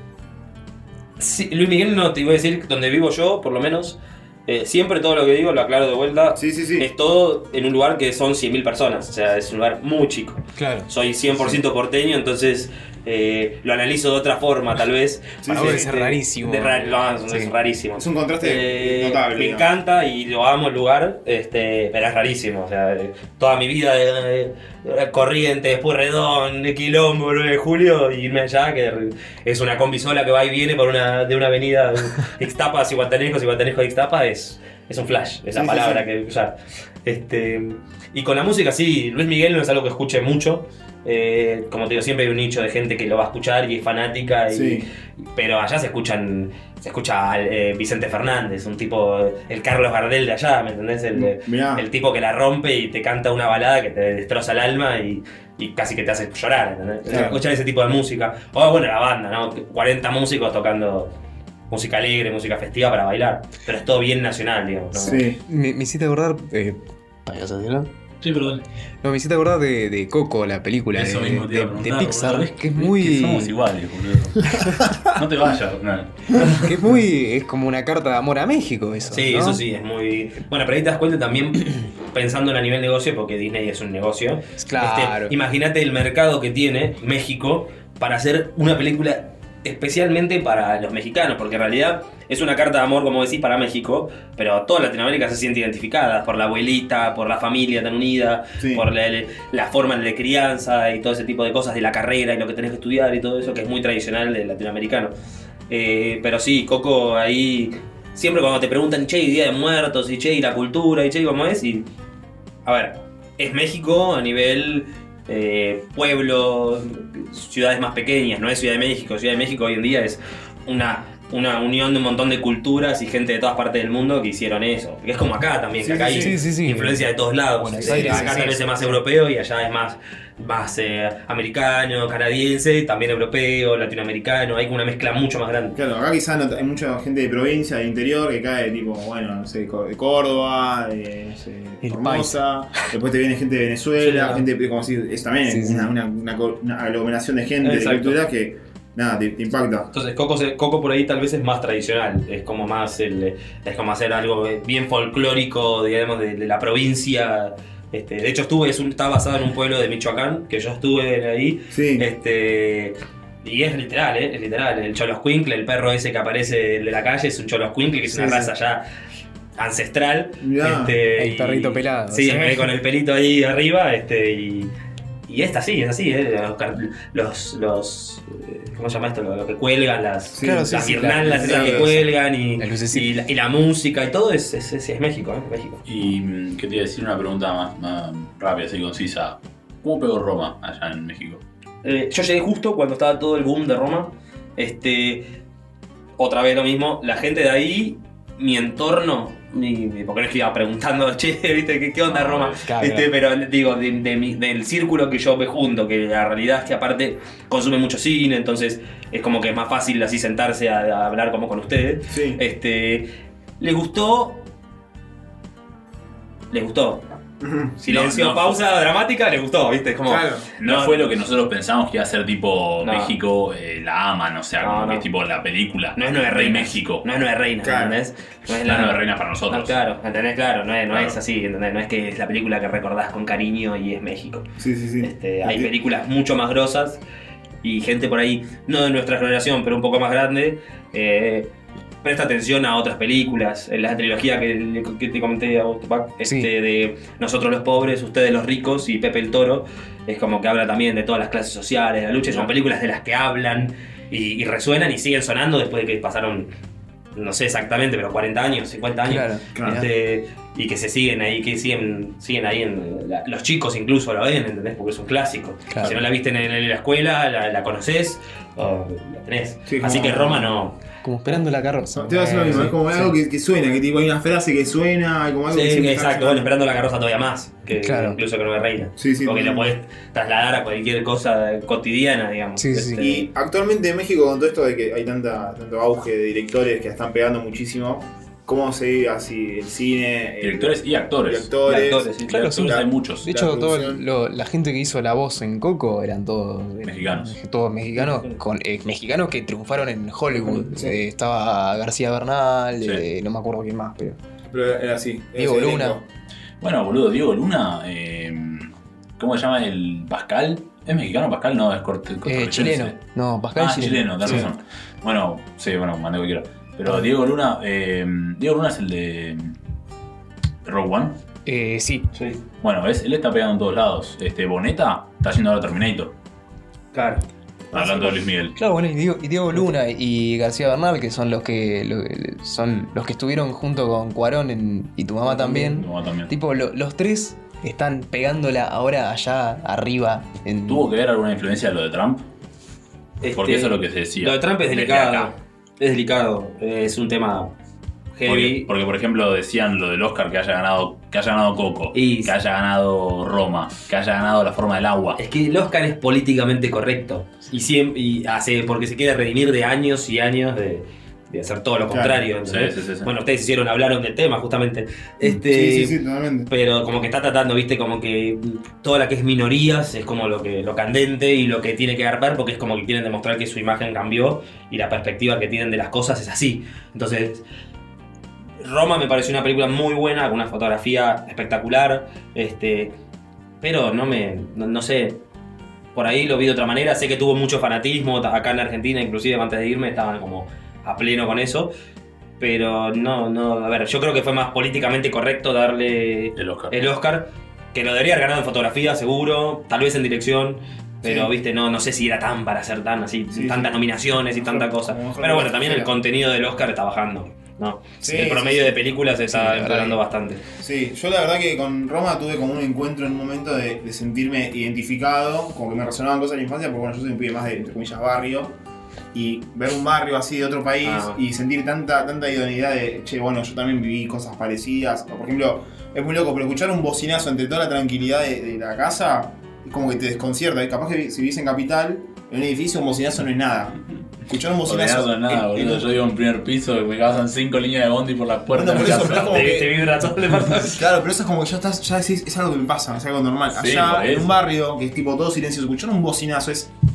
Sí, Luis Miguel no te iba a decir, donde vivo yo, por lo menos, eh, siempre todo lo que digo, lo aclaro de vuelta, sí, sí, sí. es todo en un lugar que son cien mil personas, o sea, es un lugar muy chico. Claro. Soy cien por ciento porteño, entonces eh, lo analizo de otra forma, tal vez. Sí, Para sí, vos sí. es rarísimo. De ra- no, es Sí. rarísimo. Es un contraste Eh, notable. Me digamos. encanta y lo amo el lugar, este, pero es rarísimo. O sea, eh, toda mi vida de, de Corrientes, Pueyrredón, de Quilombo, nueve de julio, y irme allá, que es una combi sola que va y viene por una, de una avenida de Ixtapas y Guatanejos y Guatanejos y Ixtapas, es, es un flash, esa Sí, sí, palabra sí. que hay que usar. Este, y con la música, sí, Luis Miguel no es algo que escuche mucho. Eh, como te digo, siempre hay un nicho de gente que lo va a escuchar y es fanática. Y, Sí. pero allá se escuchan, se escucha al, eh, Vicente Fernández, un tipo, el Carlos Gardel de allá, ¿me entendés? El, Mirá. el tipo que la rompe y te canta una balada que te destroza el alma y, y casi que te hace llorar, ¿entendés? Claro. Escuchar ese tipo de música. O bueno, la banda, ¿no? cuarenta músicos tocando música alegre, música festiva para bailar. Pero es todo bien nacional, digamos, ¿no? Sí. Me, me hiciste acordar. Eh, ¿Vas a decirlo? Sí, pero dale. No, me hiciste acordar de, de Coco, la película Eso de, mismo te iba a de- de preguntar, Pixar, boludo. ¿Ves- que es ves muy. que somos iguales, boludo. No te vayas, nada. Que es muy. Es como una carta de amor a México, eso. Sí, ¿no? eso sí, es muy... Bueno, pero ahí te das cuenta también, pensando en a nivel negocio, porque Disney es un negocio. Claro. Este, imagínate el mercado que tiene México para hacer una película especialmente para los mexicanos, porque en realidad es una carta de amor, como decís, para México, pero toda Latinoamérica se siente identificada por la abuelita, por la familia tan unida, Sí. por la, la forma de crianza y todo ese tipo de cosas de la carrera y lo que tenés que estudiar y todo eso, que es muy tradicional del latinoamericano. Eh, pero sí, Coco ahí, siempre cuando te preguntan, che, y Día de Muertos, y che, y la cultura, y che, y cómo es, y... A ver, es México a nivel... Eh, pueblo, ciudades más pequeñas, no es Ciudad de México. Ciudad de México hoy en día es una, una unión de un montón de culturas y gente de todas partes del mundo que hicieron eso. Porque es como acá también, Sí, que acá sí, hay sí, sí, sí. influencia de todos lados. Buenos Eh, Aires, acá sí, tal vez sí, es más sí. europeo y allá es más, más eh, americano, canadiense, también europeo, latinoamericano. Hay como una mezcla mucho más grande. Claro, acá quizás no- hay mucha gente de provincia, de interior, que cae tipo, bueno, no sé, de Córdoba, de no sé, El Formosa. Después te viene gente de Venezuela, Sí, gente, como así, es también Sí, sí. una, una, una co- una aglomeración de gente, Exacto. de cultura que nada, te, te impacta. Entonces Coco, se- Coco por ahí tal vez es más tradicional, es como más el, es como hacer algo bien folclórico, digamos, de, de la provincia. Este, de hecho estuve, es un, está basado en un pueblo de Michoacán, que yo estuve ahí. Sí. Este, y es literal, ¿eh? Es literal. El Choloscuincle, el perro ese que aparece de la calle, es un Choloscuincle, que es Sí, una sí. raza ya ancestral. Mirá, este, el y- perrito pelado. Sí, o sea. eh, con el pelito ahí arriba. Este, y, y esta sí, es así, ¿eh? Los, los eh, ¿cómo se llama esto? Lo, lo que cuelgan, las, Sí, Claro, las sí, sí, guirnaldas la- esas sí, que sí. cuelgan y, Las lucecitas. y, la, y la música y todo es, es, es, es México, ¿eh? México. Y mm, qué te iba a decir una pregunta más, más rápida, así concisa. ¿Cómo pegó Roma allá en México? Eh, yo llegué justo cuando estaba todo el boom de Roma. Este, otra vez lo mismo, la gente de ahí, mi entorno, mi, mi- porque no es que iba preguntando, che, ¿viste? ¿Qué, qué onda Roma? Claro, Este, claro. pero digo, de, de mi- del círculo que yo me junto, que la realidad es que aparte consume mucho cine, entonces es como que es más fácil así sentarse a, a hablar como con ustedes. Sí. Este, ¿les gustó? ¿Les gustó? Ujú. Silencio, No, no. pausa dramática, ¿les gustó? ¿Viste? Es como... Claro. No, No. fue lo que nosotros pensamos que iba a ser tipo No. México, eh, la aman, o sea, No, como no. que es tipo la película No es Nueve de Reinas. México. No es Nueve Reinas, Claro. ¿entendés? No es No es Nueve Reinas para nosotros. No, claro, ¿entendés? Claro, no es, no Claro. es así, ¿entendés? No es que es la película que recordás con cariño y es México. Sí, sí, sí. Este, hay Sí. películas mucho más grosas y gente por ahí, no de nuestra generación, pero un poco más grande, eh, presta atención a otras películas. En la trilogía que, que te comenté a vos, Tupac, este, Sí. de Nosotros los pobres, Ustedes los ricos y Pepe el Toro, es como que habla también de todas las clases sociales, la lucha, y son películas de las que hablan y, y resuenan y siguen sonando después de que pasaron, no sé exactamente, pero cuarenta años, cincuenta años. Claro, claro. Este, y que se siguen ahí, que siguen, siguen ahí en la- los chicos incluso lo ven, ¿entendés? Porque es un clásico. Claro. Si no la viste en, en la escuela, la, la conoces o la tenés. Sí, Así como- que Roma no. Como esperando la carroza. Te va a decir lo mismo, Sí, es como sí. algo que, que suena, que tipo hay una frase que suena, hay como algo Sí, que siempre está exacto, bueno, sonando. esperando la carroza todavía más, que Claro. incluso que Nueve Reina. Sí, sí, Porque lo totalmente. podés trasladar a cualquier cosa cotidiana, digamos. Sí, sí, sí. Este, Y actualmente en México, con todo esto de que hay tanta, tanto auge de directores que la están pegando muchísimo, ¿cómo se ve así el cine? el- Directores y actores. y actores. Y actores, sí. Claro, Actores sí. hay muchos. De hecho, La todo producción. lo- la gente que hizo la voz en Coco eran todos eh, Mexicanos. Todos mexicanos, con, eh, mexicanos que triunfaron en Hollywood. Sí. Eh, estaba García Bernal, Sí. eh, no me acuerdo quién más, pero. Pero era así. era Diego ese Luna. elenco. Bueno, boludo, Diego Luna, eh, ¿cómo se llama el Pascal? ¿Es mexicano Pascal? No, es corte, Eh, costarricense. chileno. No, Pascal Ah, es chileno. chileno, tenés Sí. razón. Bueno, sí, bueno, mandé cualquiera. Pero Diego Luna, eh, Diego Luna es el de Rogue One. Eh, sí. sí, Bueno, ¿ves? Él está pegando en todos lados. Este, Boneta está haciendo ahora Terminator. claro. Hablando de Luis Miguel. Claro, bueno, y Diego, y Diego Luna y García Bernal, que son los que lo- son los que estuvieron junto con Cuarón en- y tu mamá también. Tu mamá también. Tipo, lo- los tres están pegándola ahora allá arriba. En... ¿Tuvo que ver alguna influencia de lo de Trump? Este, Porque eso es lo que se decía. Lo de Trump es Desde delicado. acá. Es delicado. Es un tema Porque, heavy. porque, por ejemplo, decían lo del Oscar que haya ganado, que haya ganado Coco, Y- que haya ganado Roma, que haya ganado La Forma del Agua. Es que el Oscar es políticamente correcto. Y, siempre, y hace porque se quiere redimir de años y años de, de hacer todo lo Claro. contrario. ¿entendés? Sí, sí, sí, sí. Bueno, ustedes hicieron, hablaron del tema justamente. Este, Sí, sí, sí, totalmente. Pero como que está tratando, viste, como que toda la que es minorías es como lo que lo candente y lo que tiene que garpar, porque es como que quieren demostrar que su imagen cambió y la perspectiva que tienen de las cosas es así. Entonces, Roma me pareció una película muy buena, con una fotografía espectacular, este, pero no me, no, no sé, por ahí lo vi de otra manera. Sé que tuvo mucho fanatismo acá en Argentina, inclusive antes de irme estaban como a pleno con eso. Pero no, no, a ver, yo creo que fue más políticamente correcto darle El Oscar. el Oscar, que lo debería haber ganado en fotografía seguro, tal vez en dirección, pero Sí. viste, no, no sé si era tan para ser tan así, Sí, tantas sí. nominaciones y tanta Mejor- cosa. mejor Pero bueno, que también el era. contenido del Oscar está bajando, ¿no? Sí, el sí, promedio sí. de películas se Sí, la está verdad empeorando que- bastante. Sí, yo la verdad que con Roma tuve como un encuentro en un momento de, de sentirme identificado, como que me resonaban cosas de la infancia, porque bueno, yo soy un pibe más de, entre comillas, barrio, y ver un barrio así de otro país Ah. y sentir tanta, tanta idoneidad de, che, bueno, yo también viví cosas parecidas, o por ejemplo, es muy loco, pero escuchar un bocinazo entre toda la tranquilidad de, de la casa, es como que te desconcierta, y capaz que si vivís en Capital, en un edificio un bocinazo no es nada. Escuchar un bocinazo... No es nada, en- en boludo. un- Yo vivo en primer piso y me pasan cinco líneas de bondi por las puertas Bueno, de por mi eso, casa. pero es como Te, que- te vibra todo el departamento. Claro, pero eso es como que ya estás, ya decís, es algo que me pasa, es algo normal. Sí, Allá, por en eso. un barrio, que es tipo todo silencioso, escuchar un bocinazo es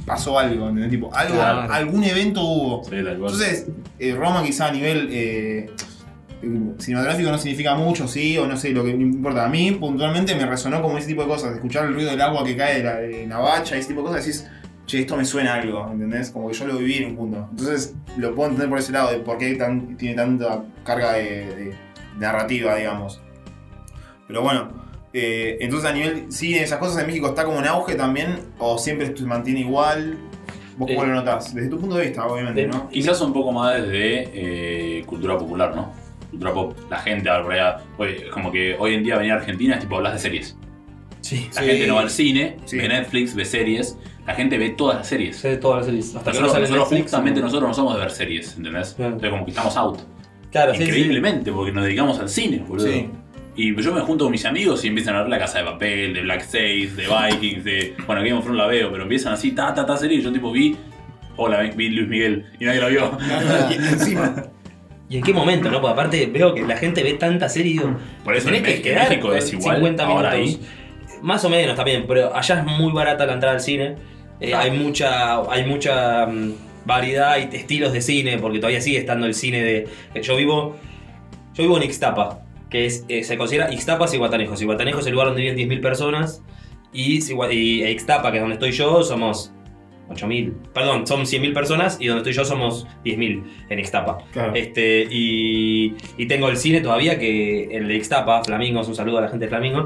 pasó algo, ¿entendés? Tipo, algo, Claro. algún evento hubo. Sí, tal cual. Entonces, eh, Roma quizá a nivel eh, cinematográfico no significa mucho, sí, o no sé, lo que no importa. A mí, puntualmente, me resonó como ese tipo de cosas. Escuchar el ruido del agua que cae de la, de la bacha, ese tipo de cosas, decís, che, esto me suena algo, ¿entendés? Como que yo lo viví en un punto. Entonces, lo puedo entender por ese lado, de por qué tan, tiene tanta carga de, de narrativa, digamos. Pero bueno, eh, entonces a nivel cine, esas cosas en México está como en auge también, o siempre se mantiene igual. ¿Vos cómo Eh, lo notás? Desde tu punto de vista, obviamente, de- ¿no? Quizás un poco más de eh, cultura popular, ¿no? Cultura pop. La gente ahora por allá, pues, como que hoy en día venir a Argentina es tipo hablas de series. Sí. La Sí. gente no va al cine, Sí. ve Netflix, ve series. La gente ve todas las series. Sé de todas las series. Hasta que no Nosotros, sale nosotros Netflix. justamente nosotros no somos de ver series, ¿entendés? Claro. Entonces como que estamos out. Claro, sí, sí. Increíblemente, porque nos dedicamos al cine, boludo. Sí. Y yo me junto con mis amigos y empiezan a ver La Casa de Papel, de Black Sails, de Vikings, de... Bueno, Game of Thrones la veo, pero empiezan así, ta, ta, ta, serie. Y yo tipo vi... Hola, vi Luis Miguel. Y nadie la vio. Y encima. ¿Y en qué momento, no? Porque aparte veo que la gente ve tanta serie y digo, Por eso tenés en que México- quedar México es con igual, cincuenta ahora minutos. Más o menos también, pero allá es muy barata la entrada al cine. Eh, hay mucha, hay mucha mm, variedad y estilos de cine, porque todavía sigue estando el cine de. Yo vivo. Yo vivo en Ixtapa, que es, eh, se considera Ixtapas y Guatanejos. Y Guatanejo es el lugar donde viven diez mil personas. Y, si Gua- y e Ixtapa, que es donde estoy yo, somos ocho mil. Perdón, son cien mil personas y donde estoy yo somos diez mil en Ixtapa. Claro. Este, y, y tengo el cine todavía, que el de Ixtapa, Flamingos, un saludo a la gente de Flamingo,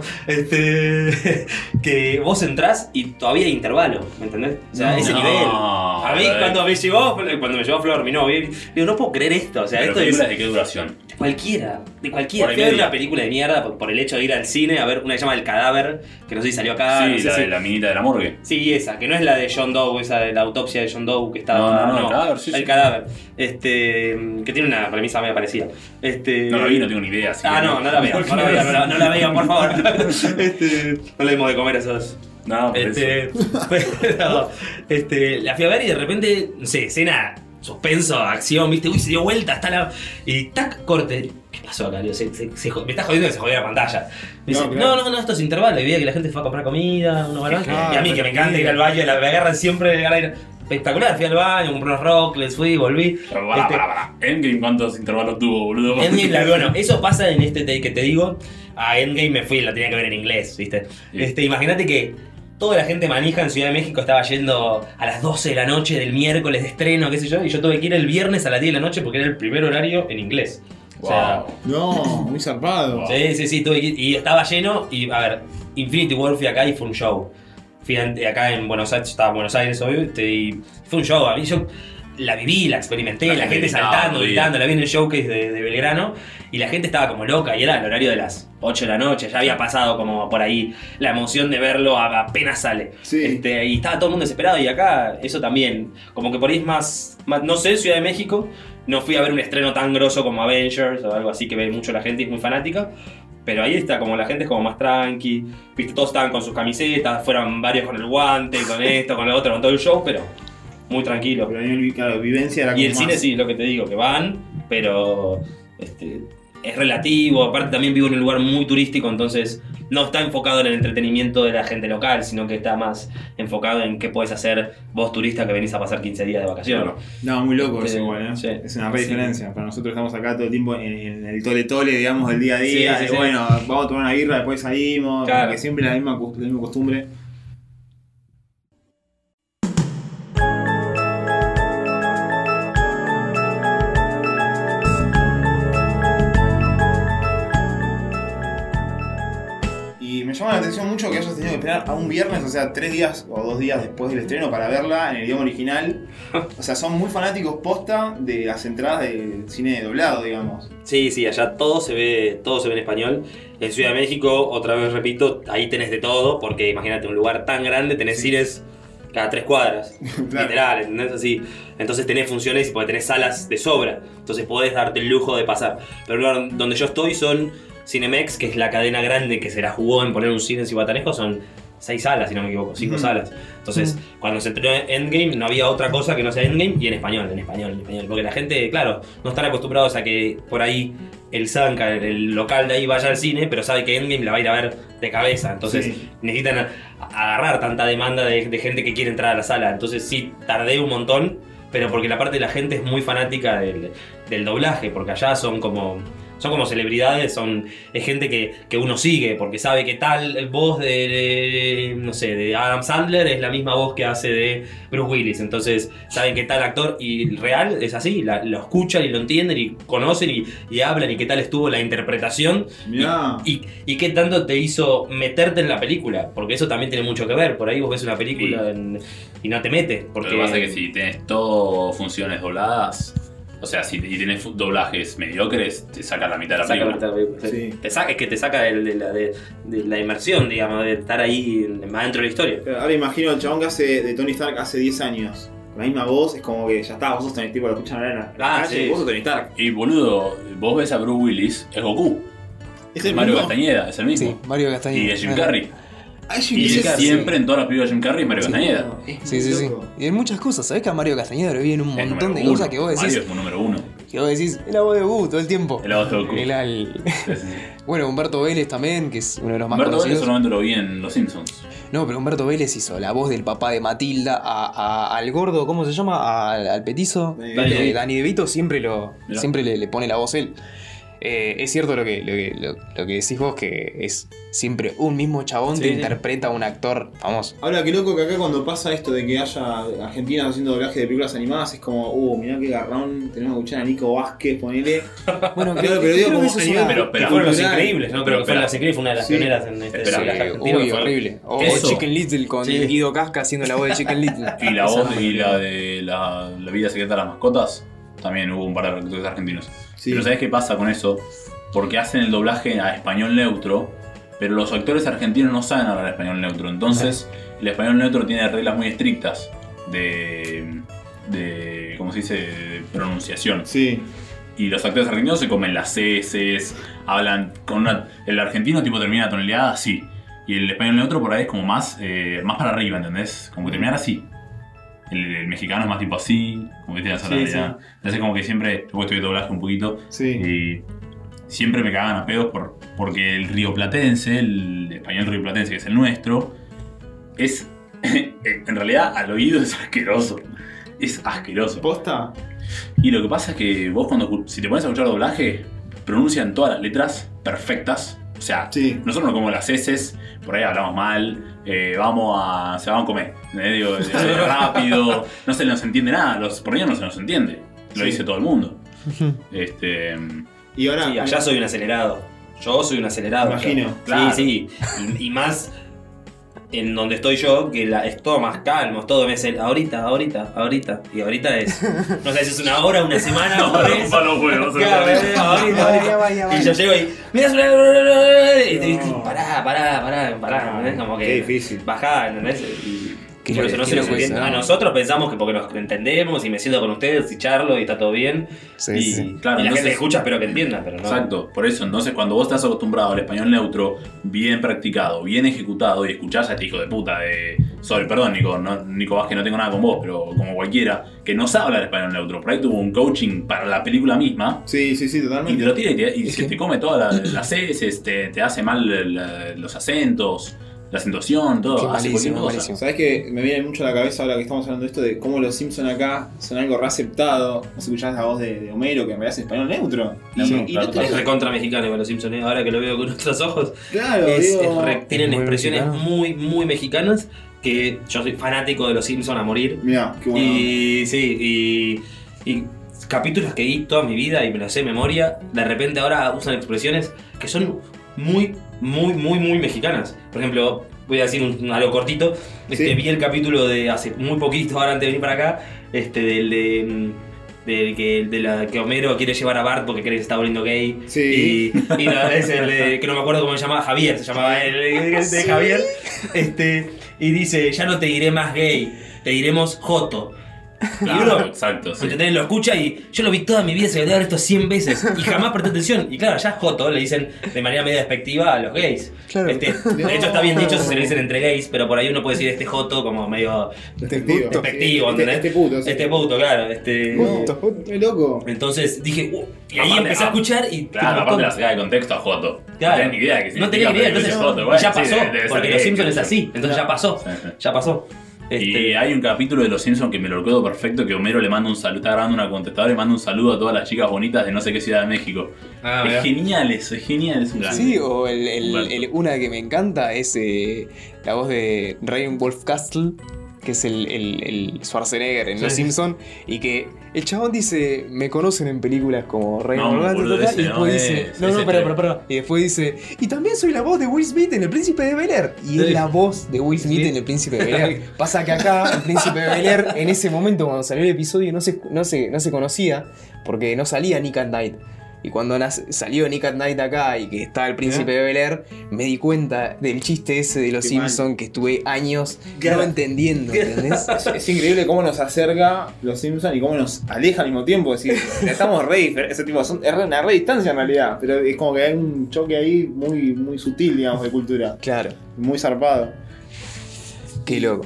este, que vos entrás y todavía hay intervalo, ¿me entendés? O sea, No, ese no, nivel. A mí eh. cuando me llegó, cuando me llevó Flor, mi novia, digo, no puedo creer esto, o sea, Pero esto es películas de qué duración. de cualquiera, de cualquiera. Hora y Fui a ver media. una película de mierda por, por el hecho de ir al cine a ver una que se llama El Cadáver, que no sé si salió acá. sí, no sé la si- de la minita de la morgue. Sí, esa, que no es la de John Doe, esa de la autopsia de John Doe que estaba. No, no, no, el cadáver, sí, el sí. cadáver. Este. Que tiene una premisa medio parecida. Este. No la vi, no tengo ni idea. así Ah, que no, no la vean, no la vean, no la, no la vean, por favor. Este, no le demos de comer a esos. No, por eso. Este, pero, este, la fui a ver y de repente, no sé, escena, suspenso, acción, viste, uy, se dio vuelta, está la. Y tac, corte. ¿Qué pasó acá? Digo, se, se, se jo- me está jodiendo que se jodió la pantalla. Me dice, No, no, claro. no, no, esto es intervalo. Y veía que la gente fue a comprar comida, unos bananas. Claro, y a mí que me encanta ir al baño, la, me agarran siempre al aire. Espectacular, fui al baño, compré unos rocklets, fui, volví. Pero pará, Este, pará, pará. Endgame, ¿cuántos intervalos tuvo, boludo? Endgame, la- bueno, eso pasa en este take que te digo. A Endgame me fui, la tenía que ver en inglés, ¿viste? Sí. Este, imagínate que toda la gente manija en Ciudad de México estaba yendo a las doce de la noche del miércoles de estreno, qué sé yo, y yo tuve que ir el viernes a las diez de la noche porque era el primer horario en inglés. O sea, Wow. No, muy zarpado. sí, sí, sí, tuve que ir, y estaba lleno, y a ver, Infinity War fui acá y fue un show. Fui an- acá en Buenos Aires, estaba en Buenos Aires, obvio, este, y fue un show. A mí yo la viví, la experimenté, La la, gente gente gritaba, saltando, sí. gritando, la vi en el showcase de, de Belgrano, y la gente estaba como loca, y era el horario de las ocho de la noche, ya había pasado como por ahí la emoción de verlo a- apenas sale. Sí. Este, y estaba todo el mundo desesperado, y acá eso también, como que por ahí es más, más- no sé, Ciudad de México, no fui a ver un estreno tan grosso como Avengers o algo así que ve mucho la gente y es muy fanática. Pero ahí está, como la gente es como más tranqui, viste, todos estaban con sus camisetas, fueron varios con el guante, con esto, con lo otro, con todo el show, pero muy tranquilo. Pero a nivel, claro, vivencia era Y como el cine más- sí, lo que te digo, que van, pero este, es relativo, aparte también vivo en un lugar muy turístico, entonces no está enfocado en el entretenimiento de la gente local, sino que está más enfocado en qué puedes hacer vos turista que venís a pasar quince días de vacaciones. No, muy loco Este, eso igual, ¿eh? sí. Es una re Sí. diferencia. Para nosotros estamos acá todo el tiempo en, en el tole tole, digamos, del día a Sí, día. sí, de, sí. bueno, vamos a tomar una birra, después salimos. Claro. Como que siempre la misma, cos- la misma costumbre. Y me llama la atención mucho que hayas tenido que esperar a un viernes, o sea, tres días o dos días después del estreno para verla en el idioma original. O sea, son muy fanáticos posta de las entradas de cine doblado, digamos. Sí, sí, allá todo se ve, todo se ve en español. En Ciudad de México, otra vez repito, ahí tenés de todo, porque imagínate, un lugar tan grande, tenés Sí. cines cada tres cuadras, Claro. literal, ¿entendés? Así. Entonces tenés funciones y porque tenés salas de sobra, entonces podés darte el lujo de pasar. Pero el lugar donde yo estoy son Cinemex, que es la cadena grande que se la jugó en poner un cine en Cihuatanejo, son seis salas, si no me equivoco, cinco Mm. salas. Entonces, Mm. cuando se estrenó Endgame, no había otra cosa que no sea Endgame y en español, en español, en español. Porque la gente, claro, no están acostumbrados a que por ahí el Zanca, el, el local de ahí, vaya al cine, pero sabe que Endgame la va a ir a ver de cabeza. Entonces, Sí. necesitan a- a agarrar tanta demanda de, de gente que quiere entrar a la sala. Entonces, sí, tardé un montón, pero porque la parte de la gente es muy fanática del, del doblaje, porque allá son como. Son como celebridades, son, es gente que, que uno sigue, porque sabe que tal voz de, de, no sé, de Adam Sandler es la misma voz que hace de Bruce Willis. Entonces saben que tal actor, y real es así, la- lo escuchan y lo entienden y conocen y, y hablan y qué tal estuvo la interpretación Mirá. y, y qué tanto te hizo meterte en la película, porque eso también tiene mucho que ver. Por ahí vos ves una película Sí. en- y no te metes. Porque Lo que pasa es que si tenés todo funciones dobladas, o sea, si y tenés fu- doblajes mediocres, te saca la mitad de la Saca película. la película, sí. Sí. Te saca, es que te saca de, de la, de, de la inmersión, digamos, de estar ahí en- más dentro de la historia. Ahora imagino el chabón que hace de Tony Stark hace diez años. Con la misma voz, es como que ya está, vos sos Tony Stark, lo escuchan ahora en la Ah, calle, sí. vos sos Tony Stark. Y boludo, vos ves a Bruce Willis, es Goku. Es el Mario mismo. Castañeda, es el mismo. Sí, Mario Castañeda. Y es Jim Carrey. Ah, es Y Jim Jim Carrey. siempre en todas las películas de Jim Carrey, Mario Sí. Castañeda. Es Sí, muy sí, sí. loco. Y en muchas cosas. ¿Sabés que a Mario Castañeda lo vi en un Es montón número de uno. cosas que vos decís? Mario es un número uno. Que vos decís, es la voz de Goku todo el tiempo. Es la voz de Goku. El al- Sí, sí, sí. Bueno, Humberto Vélez también, que es uno de los más Humberto Vélez conocidos. solamente lo vi en Los Simpsons. No, pero Humberto Vélez hizo la voz del papá de Matilda, a, a- al gordo, ¿cómo se llama? Al, al petizo. Danny Dani, DeVito. Danny DeVito siempre, lo, Mirá. siempre le, le pone la voz él. Eh, es cierto lo que, lo, que, lo, lo que decís vos, que es siempre un mismo chabón Sí, te sí. interpreta a un actor famoso. Ahora, qué loco que acá cuando pasa esto de que haya argentinos haciendo doblaje de películas animadas, es como, uh, mirá qué garrón, tenemos que escuchar a Nico Vázquez, ponele. Bueno, Claro, pero digo, como eso a es nivel- una- Pero, Que espera. fueron los cultural. increíbles, ¿no? Creo que Pero, fue espera. las increíbles, fue una de las Sí. pioneras en este Espera, Sí, doblaje que- argentino. uy, Fue- horrible. O, Eso. o Chicken Little con Sí. Guido Casca haciendo la voz de Chicken Little. Y la Esa voz no me y la acuerdo. de la, la vida secreta de las mascotas, también hubo un par de actores argentinos. Sí. Pero ¿sabés qué pasa con eso? Porque hacen el doblaje a español neutro, pero los actores argentinos no saben hablar español neutro. Entonces, el español neutro tiene reglas muy estrictas de, de ¿cómo se dice?, de pronunciación. Sí. Y los actores argentinos se comen las heces, hablan con una... El argentino tipo termina toneleada así. Y el español neutro por ahí es como más, eh, más para arriba, ¿entendés? Como que terminar así. El, el mexicano es más tipo así, como que tiene esa Sí, tonalidad. Entonces como que siempre, después estoy de doblaje un poquito, Sí. y siempre me cagan a pedos por, porque el rioplatense, el español rioplatense que es el nuestro, es... en realidad al oído es asqueroso. Es asqueroso. ¿Posta? Y lo que pasa es que vos cuando escu- si te pones a escuchar doblaje, pronuncian todas las letras perfectas. O sea, Sí. nosotros no como las heces, por ahí hablamos mal, eh, vamos a. se van a comer. ¿eh? Digo, eh, rápido, no se nos entiende nada, los por ahí no se nos entiende. Lo Sí. dice todo el mundo. Este. Y ahora. Sí, allá soy un acelerado. Yo soy un acelerado. Me imagino. allá. Claro. Sí, sí. Y, y más en donde estoy yo, que la, es todo más calmo, es todo me hace ahorita, ahorita, ahorita. Y ahorita es. No sé si es una hora, una semana, un mes. Para los huevos, Claro, eh, ahorita, ahorita. Vaya, vaya, Y yo llego y. Mira, y te dices, No. pará, pará, pará, pará. ¿Entendés? Como que. Qué difícil. Bajá, ¿entendés? Y, Qué por eso loco, no se qué nos loco entiende. eso, A ¿no? nosotros pensamos que porque nos entendemos y me siento con ustedes y charlo y está todo bien. Sí, y, sí. Claro, y la entonces- gente que escucha espero que entienda, pero no. Exacto, por eso, entonces cuando vos estás acostumbrado al español neutro, bien practicado, bien ejecutado, y escuchás a este hijo de puta de Sol, perdón Nico, no, Nico Vázquez, no tengo nada con vos, pero como cualquiera, que no sabe hablar español neutro, por ahí tuvo un coaching para la película misma, Sí, sí, sí, y te totalmente. lo tira y, te, y Es se que- te come todas las las heces, te, te hace mal el- los acentos, la acentuación, todo, Qué hace cualquier malísimo, cosa. malísimo. ¿Sabes que me viene mucho a la cabeza ahora que estamos hablando de esto de cómo los Simpsons acá son algo reaceptado? Vos escuchás la voz de, de Homero que en realidad es español neutro. Y, Sí, y claro, no tenés- Es recontra mexicano igual los Simpsons, ¿eh? Ahora que lo veo con otros ojos. Claro, Es, digo. es re- tienen muy expresiones mexicano. muy, muy mexicanas. Que yo soy fanático de los Simpsons a morir. Mirá, qué bueno. Y sí, y, y capítulos que vi toda mi vida y me los sé de memoria, de repente ahora usan expresiones que son muy, muy, muy, muy mexicanas. Por ejemplo, voy a decir un, algo cortito. Este, Sí. Vi el capítulo de hace muy poquito, ahora antes de venir para acá, este, del de... De que, de la que Homero quiere llevar a Bart porque cree que se está volviendo gay. Sí. Y, y la- es el de, que no me acuerdo cómo se llamaba, Javier, se llamaba el, el de Sí. Javier. Este, y dice, ya no te diré más gay, te diremos Joto. Claro, y uno, exacto, sí. ¿entendés? Lo escucha y yo lo vi toda mi vida, se lo voy a ver esto cien veces y jamás presté atención. Y claro, ya Joto le dicen de manera medio despectiva a los gays. Claro. Este, de hecho está bien dicho si se lo dicen entre gays, pero por ahí uno puede decir este Joto como medio Despectivo. despectivo, Este- ¿entendés? este puto, sí. Este puto, claro. Este, Puto, qué loco. entonces dije, uh, y ahí Aparte, empecé a ah, escuchar y... Claro, tipo, aparte la sacada de contexto a Joto. Claro. No tenía ni idea de que No tenía ni idea, entonces Joto. ya pasó, porque los Simpsons es así, entonces ya pasó, Sí, sí. ya pasó. Y Este, hay un capítulo de Los Simpsons que me lo recuerdo perfecto, que Homero le manda un saludo, está grabando una contestadora y manda un saludo a todas las chicas bonitas de no sé qué ciudad de México. Ah, es mirá. genial eso, es genial, es un grande. Sí, o el, el- Humberto. el- una que me encanta es eh, la voz de Ryan Wolfcastle, que es el, el, el Schwarzenegger en Sí. Los Simpsons, y que el chabón dice, me conocen en películas como Ryan No, Wolfcastle, boludo, y ese después no dice, es, no, ese no, es pero, el- pero, pero, y después dice, y también soy la voz de Will Smith en El Príncipe de Bel-Air, y es Sí. la voz de Will Smith Sí. en El Príncipe de Bel-Air. Pasa que acá, El Príncipe de Bel-Air, en ese momento cuando salió el episodio, no se, no se, no se conocía, porque no salía Nick at Night. Y cuando nace- salió Nick at Night acá y que está el Príncipe de Bel-Air, me di cuenta del chiste ese de los Qué mal. Simpsons que estuve años Claro. no entendiendo, ¿entendés? Es, es increíble cómo nos acerca los Simpsons y cómo nos aleja al mismo tiempo. Es decir, estamos re difer- ese tipo, son, es re- una re distancia en realidad, pero es como que hay un choque ahí muy, muy sutil, digamos, de cultura. Claro, Muy zarpado. qué loco.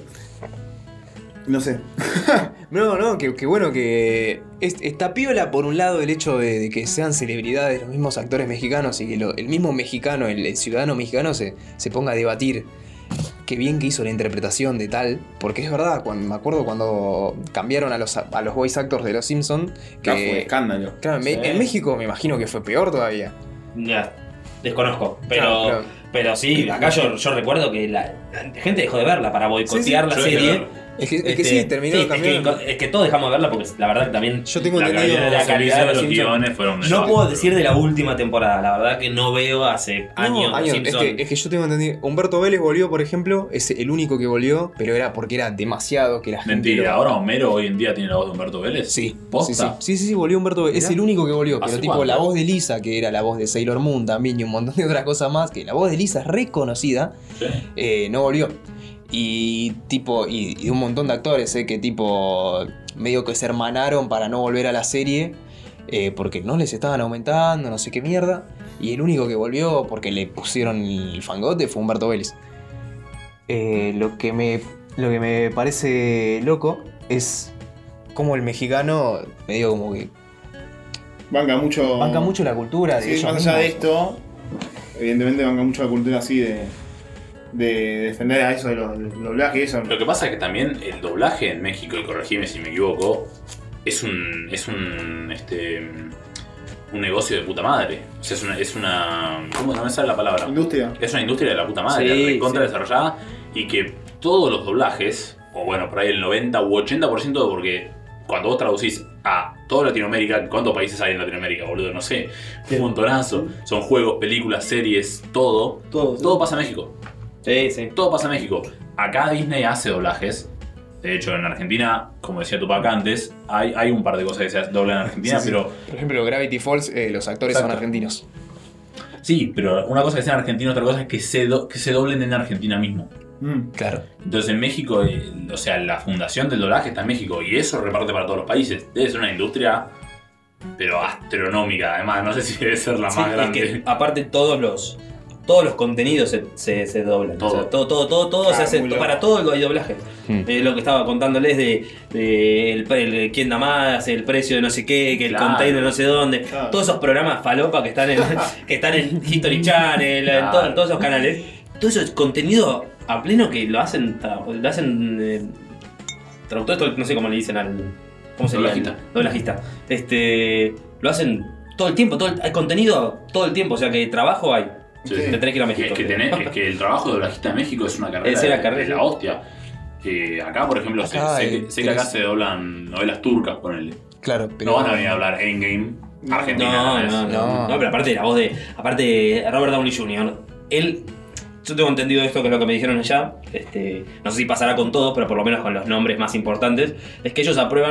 No sé. No, no, que, que bueno que es- está piola por un lado el hecho de, de que sean celebridades los mismos actores mexicanos y que lo- el mismo mexicano, el, el ciudadano mexicano se, se ponga a debatir qué bien que hizo la interpretación de tal, porque es verdad, cuando, me acuerdo cuando cambiaron a los, a los voice actors de los Simpsons, Que fue que escándalo. claro, en, Me- Sí. en México me imagino que fue peor todavía. ya, desconozco, pero, Claro, claro. pero sí, acá yo, yo recuerdo que la, la gente dejó de verla para boicotear Sí, sí, la yo dejé de serie. verla. Es que, es que Este, sí, terminó sí, es, cambiando. que, es que todos dejamos de verla porque la verdad que también Yo tengo La entendido. calidad de la los calidad de servicios, los los Simpsons. guiones fueron no menores. puedo decir de la última temporada, la verdad que no veo hace No, años, años. Es, Simpsons. que, es que yo tengo entendido. Humberto Vélez volvió, por ejemplo, es el único que volvió, pero era porque era demasiado que la gente. Mentira, lo- ahora Homero hoy en día tiene la voz de Humberto Vélez. Sí, ¿Posta? sí, sí, sí, sí, sí, volvió Humberto Vélez. Es Mirá. el único que volvió, ¿Hace pero tipo cuánto? la voz de Lisa, que era la voz de Sailor Moon también y un montón de otras cosas más, que la voz de Lisa es reconocida, Sí. eh, no volvió. Y tipo, y, y un montón de actores, eh, que tipo medio que se hermanaron para no volver a la serie, eh, porque no les estaban aumentando, no sé qué mierda. Y el único que volvió porque le pusieron el fangote fue Humberto Vélez. Eh, lo, que me, lo que me parece loco es cómo el mexicano medio como que Banca mucho. banca mucho la cultura de Sí, ellos más allá de mismos. esto, evidentemente banca mucho la cultura así de. de defender a eso de los, del doblaje y eso. Lo que pasa es que también el doblaje en México, y corregime si me equivoco, es un. es un. este. un negocio de puta madre. O sea, es una. Es una ¿cómo no me sale la palabra? Industria. Es una industria de la puta madre, Sí, recontra sí. desarrollada, y que todos los doblajes, o bueno, por ahí el noventa u ochenta por ciento, porque cuando vos traducís a toda Latinoamérica, ¿cuántos países hay en Latinoamérica, boludo? No sé, un montonazo. Son juegos, películas, series, todo. Todo, sí. Todo pasa en México. Sí, sí. Todo pasa en México. Acá Disney hace doblajes. De hecho, en Argentina, como decía Tupac antes, hay, hay un par de cosas que se doblan en Argentina, Sí, sí. pero Por ejemplo, Gravity Falls, eh, los actores son Exacto. argentinos. sí, pero una cosa que sea en Argentina, otra cosa es que se, do- que se doblen en Argentina mismo. Mm. Claro. Entonces en México, eh, o sea, la fundación del doblaje está en México y eso reparte para todos los países. Debe ser una industria, pero astronómica, además, no sé si debe ser la Sí, más es grande. que aparte todos los todos los contenidos se, se, se doblan. Todo. O sea, todo, todo, todo, todo Ah, se hace. muy loco. Para todo hay doblaje. Hmm. Eh, lo que estaba contándoles de, de el, el quién da más, el precio de no sé qué, que el Claro. container no sé dónde. Claro. Todos esos programas falopa que están en, que están en History Channel, en, Claro. todo- en todos esos canales. Todo eso es contenido a pleno que lo hacen, tra- lo hacen eh, traductor, esto no sé cómo le dicen al. ¿Cómo se llama? Doblajista. Doblajista. Este. Lo hacen todo el tiempo, todo el- hay contenido todo el tiempo, o sea que trabajo hay. Sí. Te tenés que ir a México. Es que, tenés- es que el trabajo de doblajista en México es una carrera, Es la de, carrera, de la sí. hostia. Eh, acá, por ejemplo, sé- Acá sé, hay que, sé que acá tres- se doblan novelas turcas, ponele. Claro, pero. No van a venir a hablar Endgame, No, Argentina. No, es- no, no, No. no. pero aparte de la voz de. Aparte de Robert Downey junior, él. Yo tengo entendido esto, que es lo que me dijeron allá. Este, no sé si pasará con todos, pero por lo menos con los nombres más importantes. Es que ellos aprueban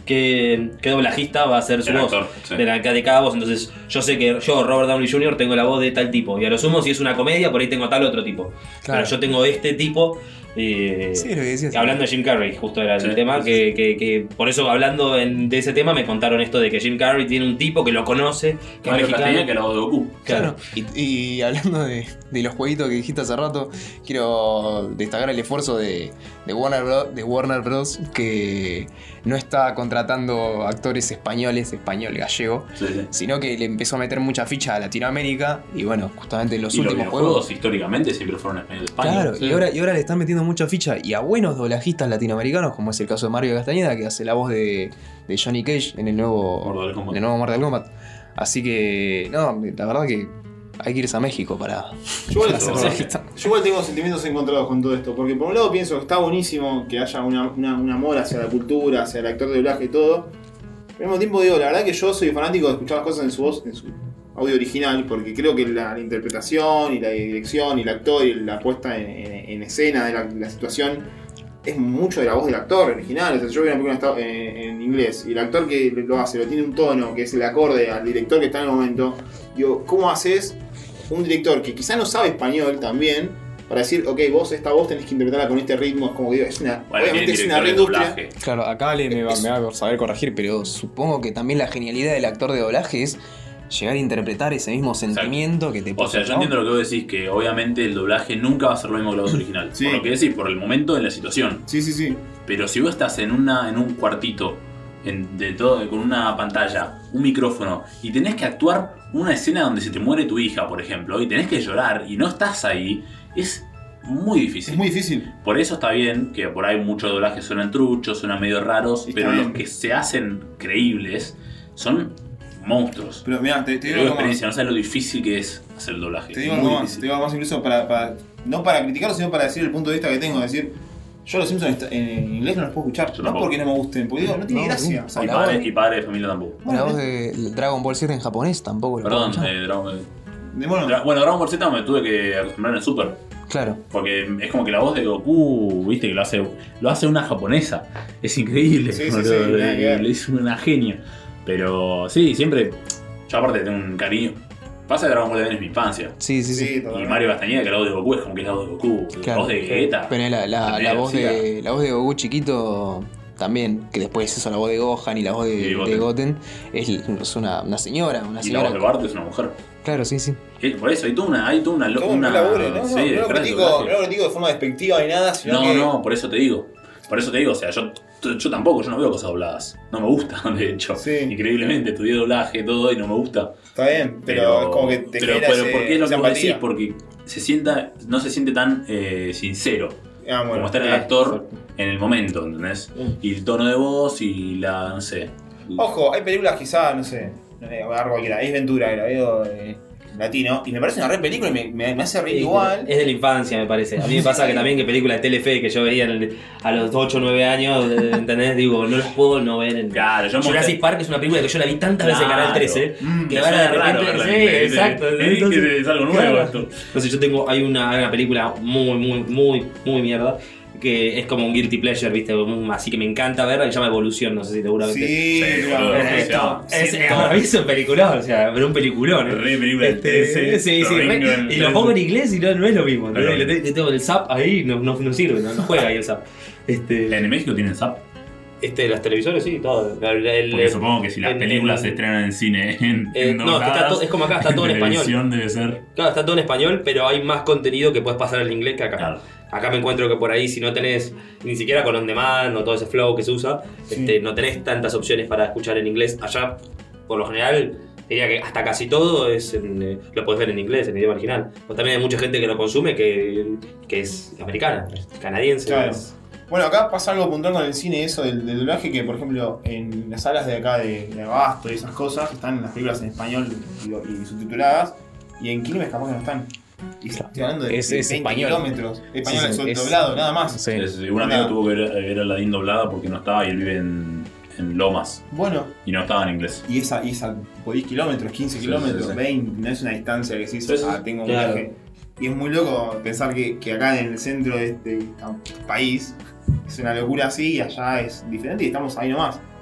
qué, qué doblajista va a ser su El voz actor, sí. de, la, de cada voz. Entonces yo sé que yo, Robert Downey junior, tengo la voz de tal tipo. Y a lo sumo, si es una comedia, por ahí tengo tal otro tipo. Claro. Pero yo tengo este tipo. Eh, Sí, lo que decías. hablando de Jim Carrey, justo era el Sí, tema, sí, que, que, que por eso hablando en- de ese tema me contaron esto de que Jim Carrey tiene un tipo que lo conoce, que Mario es mexicano. Castañeda, que era la voz de Goku. Claro, y, y hablando de, de los jueguitos que dijiste hace rato, quiero destacar el esfuerzo de, de, Warner Bros, de Warner Bros. Que no está contratando actores españoles, español, gallego, Sí, sí. sino que le empezó a meter mucha ficha a Latinoamérica y bueno, justamente en los Y los últimos videojuegos juegos. históricamente siempre fueron español de España. Claro, Sí. y, ahora, y ahora le están metiendo mucha ficha y a buenos doblajistas latinoamericanos, como es el caso de Mario Castañeda, que hace la voz de, de Johnny Cage en el nuevo Mortal Kombat. en el nuevo Mortal Kombat. Así que, no, la verdad que hay que irse a México para, Yo igual, para ser todo. doblajista. yo igual tengo sentimientos encontrados con todo esto, porque por un lado pienso que está buenísimo que haya una, una- un amor hacia la cultura, hacia el actor de doblaje y todo. Pero al mismo tiempo digo, la verdad que yo soy fanático de escuchar las cosas en su voz, en su audio original, porque creo que la, la interpretación y la dirección y el actor y la puesta en, en- en escena de la, la situación es mucho de la voz del actor original. O sea, yo veo una película en, en- en inglés y el actor que lo hace, lo tiene un tono que es el acorde al director que está en el momento. Digo, ¿cómo haces un director que quizá no sabe español también para decir, ok, vos esta voz tenés que interpretarla con este ritmo? Es como que digo, es una, Bueno, obviamente tiene es una directores de reindustria. doblaje. Claro, acá le, me, va, me va a saber corregir, pero supongo que también la genialidad del actor de doblaje es llegar a interpretar ese mismo sentimiento que te O pasa. sea, yo entiendo lo que vos decís, que obviamente el doblaje nunca va a ser lo mismo que la voz original. Sí. Por lo que decís, por el momento de la situación. Sí, sí, sí. Pero si vos estás en una en un cuartito, en, de todo, con una pantalla, un micrófono, y tenés que actuar una escena donde se te muere tu hija, por ejemplo, y tenés que llorar, y no estás ahí, es muy difícil. Es muy difícil. Por eso está bien que por ahí muchos doblajes suenan truchos, suenan medio raros, Está pero bien. los que se hacen creíbles son monstruos. Pero mira, te, te Te digo digo algo más. experiencia, no sabes lo difícil que es hacer el doblaje. Te digo Muy algo más. difícil. Te digo algo más incluso para, para- no para criticarlo, sino para decir el punto de vista que tengo. Es decir, yo los Simpsons est- en inglés no los puedo escuchar. Yo No tampoco. porque no me gusten, porque digo, no tiene No, gracia. no. O sea, Y la padre, voz- y padre de familia tampoco. La voz de Dragon Ball Z en japonés tampoco lo Perdón, puedo escuchar. eh, Dragon, de mono. Dra- bueno, Dragon Ball Z me tuve que acostumbrar en el Super. Claro. Porque es como que la voz de Goku, viste, que lo hace, lo hace una japonesa. Es increíble. Sí, sí, boludo, sí, nada que le, ver. le hizo una genia. Pero sí, siempre. Yo aparte tengo un cariño. Pasa que Dragon Ball también es mi infancia. Sí, sí, sí. Sí, Y totalmente. Mario Castañeda, que la voz de Goku es como que es la voz de Goku. La Claro. voz de Vegeta. Pero la, la, También, la voz sí, de, la voz de Goku chiquito también, que después hizo la voz de Gohan y la voz de, Y de Goten. Goten, es, es una, una señora, una Y la señora. voz de Bart es una mujer. Claro, sí, sí. Eh, Por eso, hay toda una. Hay toda una, Todo una no labure, ¿no? No, sí, no, lo detrás del critico, doblaje. no lo critico de forma despectiva ni nada, sino No, que. no, por eso te digo. Por eso te digo, o sea, yo, yo tampoco, yo no veo cosas dobladas. No me gustan, de hecho. Sí. Increíblemente, estudié doblaje, todo, y no me gusta. Está bien, pero, es como que te pero, genera pero ese- ¿por qué es lo esa que vos empatía? decís? Porque se sienta, no se siente tan eh, sincero. Ah, bueno. como estar el Eh, actor en el momento, ¿entendés? Y el tono de voz y la, no sé. Ojo, hay películas quizá, no sé, no sé, voy a agarrar cualquiera, Ace Ventura, que la veo eh, latino, y me parece una re película y me, me, me hace reír igual. Es de la infancia, me parece. A mí me pasa que también que películas de Telefe que yo veía en el- a los ocho o nueve años, eh, ¿entendés? Digo, no los puedo no ver en. Claro, yo Jurassic Park es una película que yo la vi tantas veces en Claro. Canal trece, Mm, que me ahora de suena raro repente. verla Sí, en tele, exacto. ¿eh? Entonces, Que es algo nuevo claro. esto. Entonces yo tengo, hay una, hay una película muy, muy, muy, muy mierda, que es como un guilty pleasure, ¿viste? Un- Así que me encanta verla, que se llama Evolución, no sé si seguramente. Sí, Sí, claro. boludo. Es, se llama? es, es, para mí es un peliculón, o sea, pero un peliculón. ¿eh? Re película del Este, trece, sí, lo sí, vengo re- en y el lo trece. pongo en inglés y no, no es lo mismo. Pero- ¿entendés? Le, te- le tengo el zap ahí, no, no, no sirve, no, no juega ahí el zap. Este, En México tienen Zap. este, las televisores sí, todo. El- el- Porque el- supongo que si las en- películas en- se estrenan en cine en, Eh, en no, es que está dobladas, todo- es como acá, está todo en español. televisión debe ser. Claro, está todo en español, pero hay más contenido que puedes pasar al inglés que acá. Claro. Acá me encuentro que por ahí, si no tenés ni siquiera con on demand o todo ese flow que se usa, este, no tenés tantas opciones para escuchar en inglés. Allá, por lo general, diría que hasta casi todo es en, eh, lo podés ver en inglés, en idioma original. O también hay mucha gente que lo consume que, que es americana, es canadiense. Claro. es- Bueno, acá pasa algo puntual con el cine, eso del, del doblaje, que por ejemplo en las salas de acá de, de Abasto y esas cosas, están las películas en español y, y subtituladas, y en Quilmes capaz que no están. Y estoy hablando de, Es- de es veinte español. kilómetros. Español Sí, sí, es es- doblado, nada más. Sí. Es- un amigo tuvo que ver, ver a Aladdin doblada porque no estaba y él vive en, en Lomas Bueno, y no estaba en inglés. y esa, y esa por diez kilómetros, quince Sí, kilómetros, sí, sí. veinte, no es una distancia que decís, Sí, sí. ah, tengo un Claro. viaje. Y es muy loco pensar que, que acá en el centro de este país es una locura así y allá es diferente y estamos ahí nomás.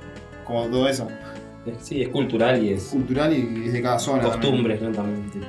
como todo eso. Sí, es cultural y es Cultural y es de cada zona. costumbres, ¿no? También. Tipo.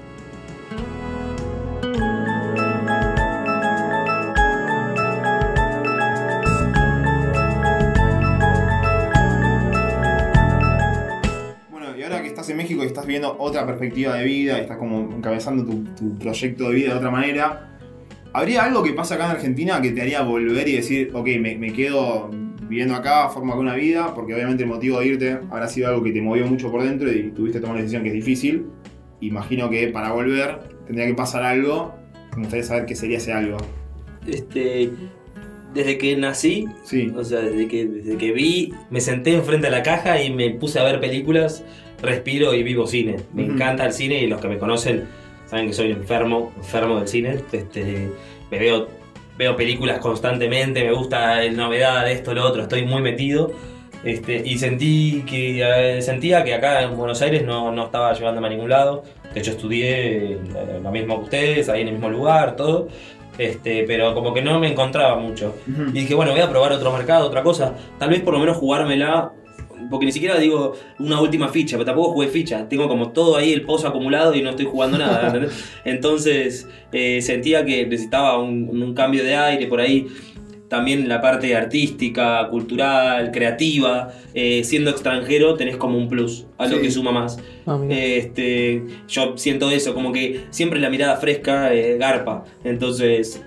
Bueno, y ahora que estás en México y estás viendo otra perspectiva de vida, y estás como encabezando tu, tu proyecto de vida de otra manera, ¿habría algo que pasa acá en Argentina que te haría volver y decir, ok, me, me quedo viviendo acá, formo acá una vida? Porque obviamente el motivo de irte habrá sido algo que te movió mucho por dentro y tuviste que tomar una decisión que es difícil. Imagino que para volver tendría que pasar algo. Me gustaría saber qué sería ese algo. Este, desde que nací, Sí. o sea, desde que, desde que vi, me senté enfrente de la caja y me puse a ver películas, respiro y vivo cine. Me Ujú. encanta el cine y los que me conocen saben que soy enfermo, enfermo del cine. Este, me veo, veo películas constantemente, me gusta la novedad de esto, lo otro, estoy muy metido. Este, y sentí que, eh, sentía que acá en Buenos Aires no, no estaba llevándome a ningún lado. De hecho estudié eh, lo mismo que ustedes, ahí en el mismo lugar, todo. Este, pero como que no me encontraba mucho. Ujú. Y dije, bueno, voy a probar otro mercado, otra cosa. Tal vez por lo menos jugármela. Porque ni siquiera digo una última ficha, pero tampoco jugué ficha. Tengo como todo ahí el pozo acumulado y no estoy jugando nada, ¿entendés? Entonces eh, sentía que necesitaba un, un cambio de aire por ahí. También la parte artística, cultural, creativa. Eh, siendo extranjero tenés como un plus, algo Sí. que suma más. Ah, mira. Este, yo siento eso, como que siempre la mirada fresca eh, garpa. Entonces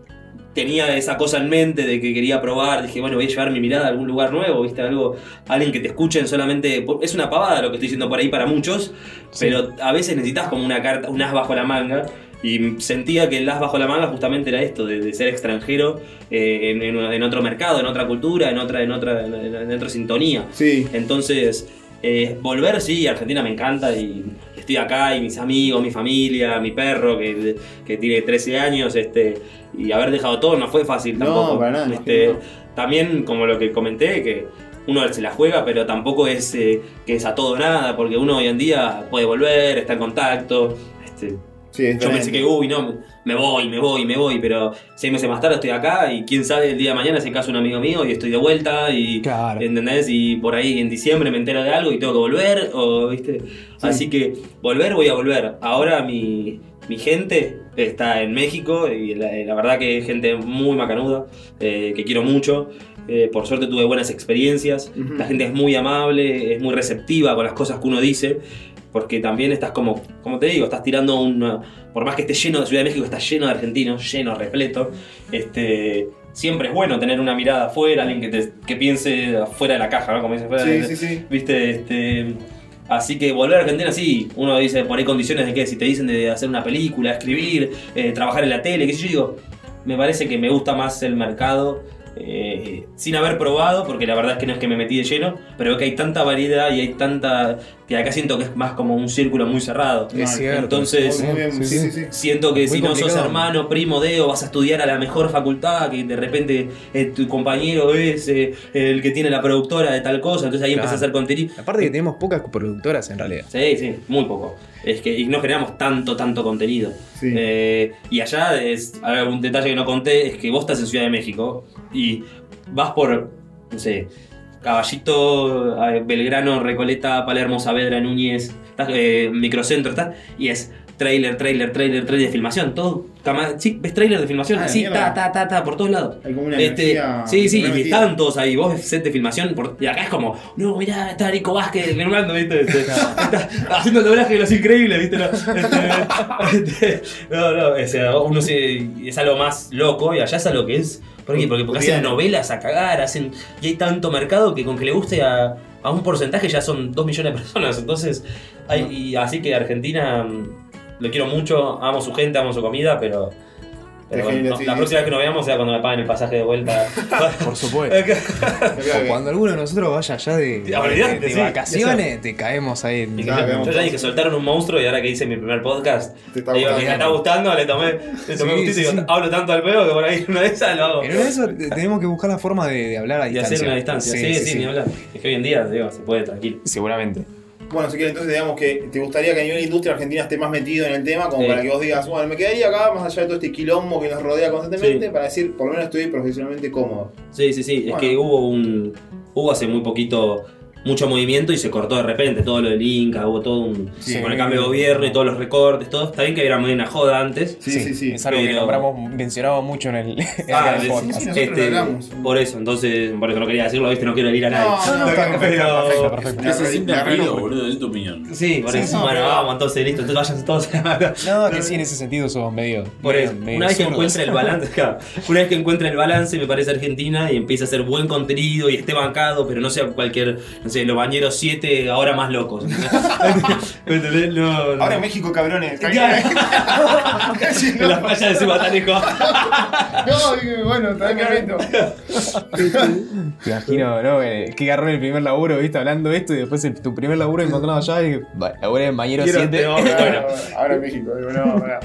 tenía esa cosa en mente de que quería probar. Dije, bueno, voy a llevar mi mirada a algún lugar nuevo, ¿viste? Algo, alguien que te escuchen solamente. Es una pavada lo que estoy diciendo por ahí para muchos, Sí. pero a veces necesitas como una carta, un as bajo la manga. Y sentía que el as bajo la manga justamente era esto, de, de ser extranjero eh, en, en- en otro mercado, en otra cultura, en otra, en otra, en, en otra sintonía. Sí. Entonces, eh, volver, sí, Argentina me encanta y estoy acá y mis amigos, mi familia, mi perro que, que tiene trece años, este, y haber dejado todo no fue fácil No, tampoco. para nada, Este, imagino. también, como lo que comenté, que uno se la juega, pero tampoco es eh, que es a todo o nada, porque uno hoy en día puede volver, está en contacto. Este, Sí, es yo pensé diferente. que, uy, no, me voy, me voy, me voy, pero seis meses más tarde estoy acá y quién sabe el día de mañana se casa un amigo mío y estoy de vuelta y, Claro. ¿entendés? Y por ahí en diciembre me entero de algo y tengo que volver, o, ¿viste? Así que volver, voy a volver. Ahora mi, mi gente está en México y la, la verdad que es gente muy macanuda, eh, que quiero mucho. Eh, por suerte tuve buenas experiencias. Ujú. La gente es muy amable, es muy receptiva con las cosas que uno dice. Porque también estás como, como te digo, estás tirando un... Por más que esté lleno de Ciudad de México, está lleno de argentinos, lleno, repleto. Este, siempre es bueno tener una mirada afuera, alguien que, te, que piense afuera de la caja, ¿no? Como dice fuera Sí, de, sí, sí. ¿Viste? Este, así que volver a Argentina, sí. Uno dice, por ahí condiciones de que si te dicen de hacer una película, escribir, eh, trabajar en la tele, qué sé yo, digo, me parece que me gusta más el mercado. Eh, sin haber probado, porque la verdad es que no es que me metí de lleno, pero veo que hay tanta variedad y hay tanta que acá siento que es más como un círculo muy cerrado. Es cierto. Entonces, Muy bien, Sí, sí, sí. sí, sí. siento que Muy si no sos complicado. hermano, primo de o vas a estudiar a la mejor facultad, que de repente eh, tu compañero es eh, el que tiene la productora de tal cosa, entonces ahí Claro. empezás a hacer contenido. Aparte que tenemos pocas productoras en realidad. Sí, sí, muy poco. Es que y no generamos tanto, tanto contenido. Sí. Eh, y allá, es, algún detalle que no conté, es que vos estás en Ciudad de México y vas por, no sé, Caballito, eh, Belgrano, Recoleta, Palermo, Saavedra, Núñez, estás, eh, Microcentro, estás, y es trailer, trailer, trailer, trailer de filmación, todo. cama- Sí, ves trailer de filmación, Ah, así, mierda. ta, ta, ta, ta, por todos lados. Hay como una Este, energía sí, sí, y remetida. están todos ahí. Vos ves set de filmación por- y acá es como, no, mirá, está Nico Vázquez filmando, ¿viste? Este, está haciendo el doblaje de Los Increíbles, ¿viste? No, este, este, no, no, o sea, uno se, es algo más loco y allá es algo que es. ¿Por qué? Porque, porque hacen Cotidiano. novelas a cagar, hacen. Y hay tanto mercado que con que le guste a, a un porcentaje ya son dos millones de personas. Entonces, hay, y así que Argentina mm, lo quiero mucho, amo su gente, amo su comida, pero. Pero Es bueno, genial, no, sí, la sí. próxima vez que nos veamos sea cuando me paguen el pasaje de vuelta. Por supuesto. O cuando alguno de nosotros vaya allá de, Sí, olvidate, de- de sí, vacaciones, te caemos ahí en. Y que Claro, me- veamos yo ya todos. dije, soltaron un monstruo y ahora que hice mi primer podcast, Te está digo, gustando. me está gustando, le tomé, le tomé Sí, gustito sí, y digo, sí. hablo tanto al pedo que por ahí una de esas lo hago. Pero en eso te- tenemos que buscar la forma de, de hablar a Y distancia. hacer una distancia. Sí, sí, ni hablar. Es que hoy en día, digo, se puede tranquilo. Seguramente. Bueno, si quieres, entonces digamos que te gustaría que a nivel industria argentina esté más metido en el tema, como Sí. para que vos digas, bueno, me quedaría acá, más allá de todo este quilombo que nos rodea constantemente, Sí. para decir, por lo menos estoy profesionalmente cómodo. Sí, sí, sí. Bueno. Es que hubo un. hubo hace muy poquito mucho movimiento y se cortó de repente todo lo del Inca, hubo todo un... Sí. con el cambio de gobierno y todos los recortes, todo. Está bien que era muy una joda antes. Sí, sí, sí. Es algo que Pero- nombramos, mencionamos mucho en el, en Ah, el sí, podcast. sí, nosotros lo hablamos. por eso, entonces, por eso no quería decirlo, viste, no quiero herir a nadie. No, no, Perfecto, Pero- perfecto, perfecto. La Se re- siente la ruido, re- boludo, es tu opinión. Sí, por Sí, eso. no, bueno, pero- vamos, entonces, listo, entonces váyanse todos a la No, que sí, en ese sentido somos medio. Por medio- eso, medio una vez que zurdos. encuentre el balance, claro, una vez que encuentre el balance, me parece Argentina y empieza a hacer buen contenido y esté bancado, pero no sea cualquier, no sé, los bañeros siete ahora más locos. ¿Me entendés? No, no. Ahora en México, cabrones. Claro. En la playa de Cibatanejo. No, dije, bueno, está bien, momento. Te imagino, ¿no? Eh, Qué garrón el primer laburo, viste, hablando de esto y después el- tu primer laburo encontrado allá y va, laburé en Bañero Quiero- siete. no, bueno. Ahora en México, digo, no, pará.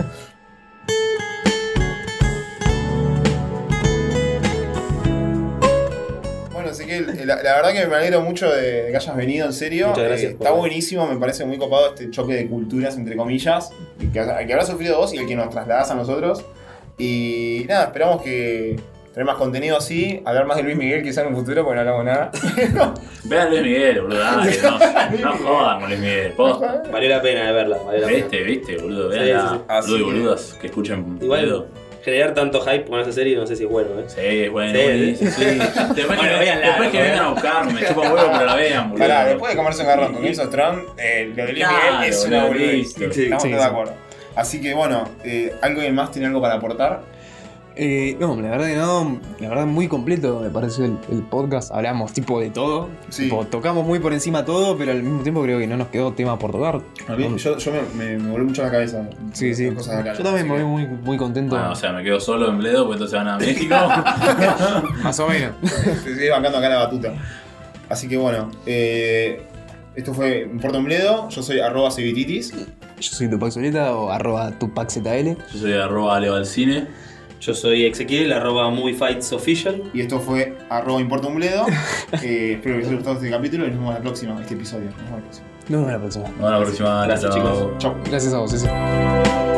Bueno, Ezequiel, la, la verdad que me alegro mucho de, de que hayas venido, en serio. Muchas gracias Eh, por- está buenísimo, me parece muy copado este choque de culturas, entre comillas, y que, que habrás sufrido vos y el que nos trasladás a nosotros. Y nada, esperamos que tener más contenido así, hablar más de Luis Miguel quizá en un futuro, porque no hablamos nada. Vean Luis Miguel, boludo, dale, no, no jodan con Luis Miguel, posta. Valió la pena de verla, valió la pena. Viste, viste, boludo, Sí, vean sí, sí. a Así boludo y que- boludas que escuchen Igual, boludo. generar tanto hype con esa serie no sé si es bueno, ¿eh? Sí, es bueno, Sí, buenísimo, sí. Después que, Bueno, véanla, después que ¿no? vengan a buscarme, me chupa un huevo, pero la vean, boludo. Pará, después de comerse un garrón con Games of Thrones, eh, lo de Luis Claro, Miguel es una boludo, boludez. listo. Sí, Estamos Sí, todos de sí. acuerdo. Así que bueno, eh, ¿alguien más tiene algo para aportar? Eh, no, la verdad que no, la verdad muy completo me pareció el, el podcast, hablamos tipo de todo, Sí. tipo, tocamos muy por encima todo, pero al mismo tiempo creo que no nos quedó tema por tocar. A mí, yo yo me, me, me voló mucho la cabeza. Sí, sí. las cosas de acá, Yo también me así voy muy, muy contento. Bueno, o sea, me quedo solo en Bledo, pues entonces van a México. Más o menos. que Se sigue bancando acá la batuta. Así que bueno, eh, esto fue Importa un Bledo. Yo soy arroba cevititis. Yo soy Tupac Soleta o arroba TupacZL. Yo soy arroba Leo al cine. Yo soy Ezequiel, arroba Movie Fights Official. Y esto fue arroba Importa un Bledo. Eh, espero que les haya gustado este capítulo y nos vemos la próxima, este episodio. Nos vemos la próxima. Nos vemos la próxima. Nos vemos la próxima. Gracias, chao. chicos. Chau. Gracias a vos, Ceci.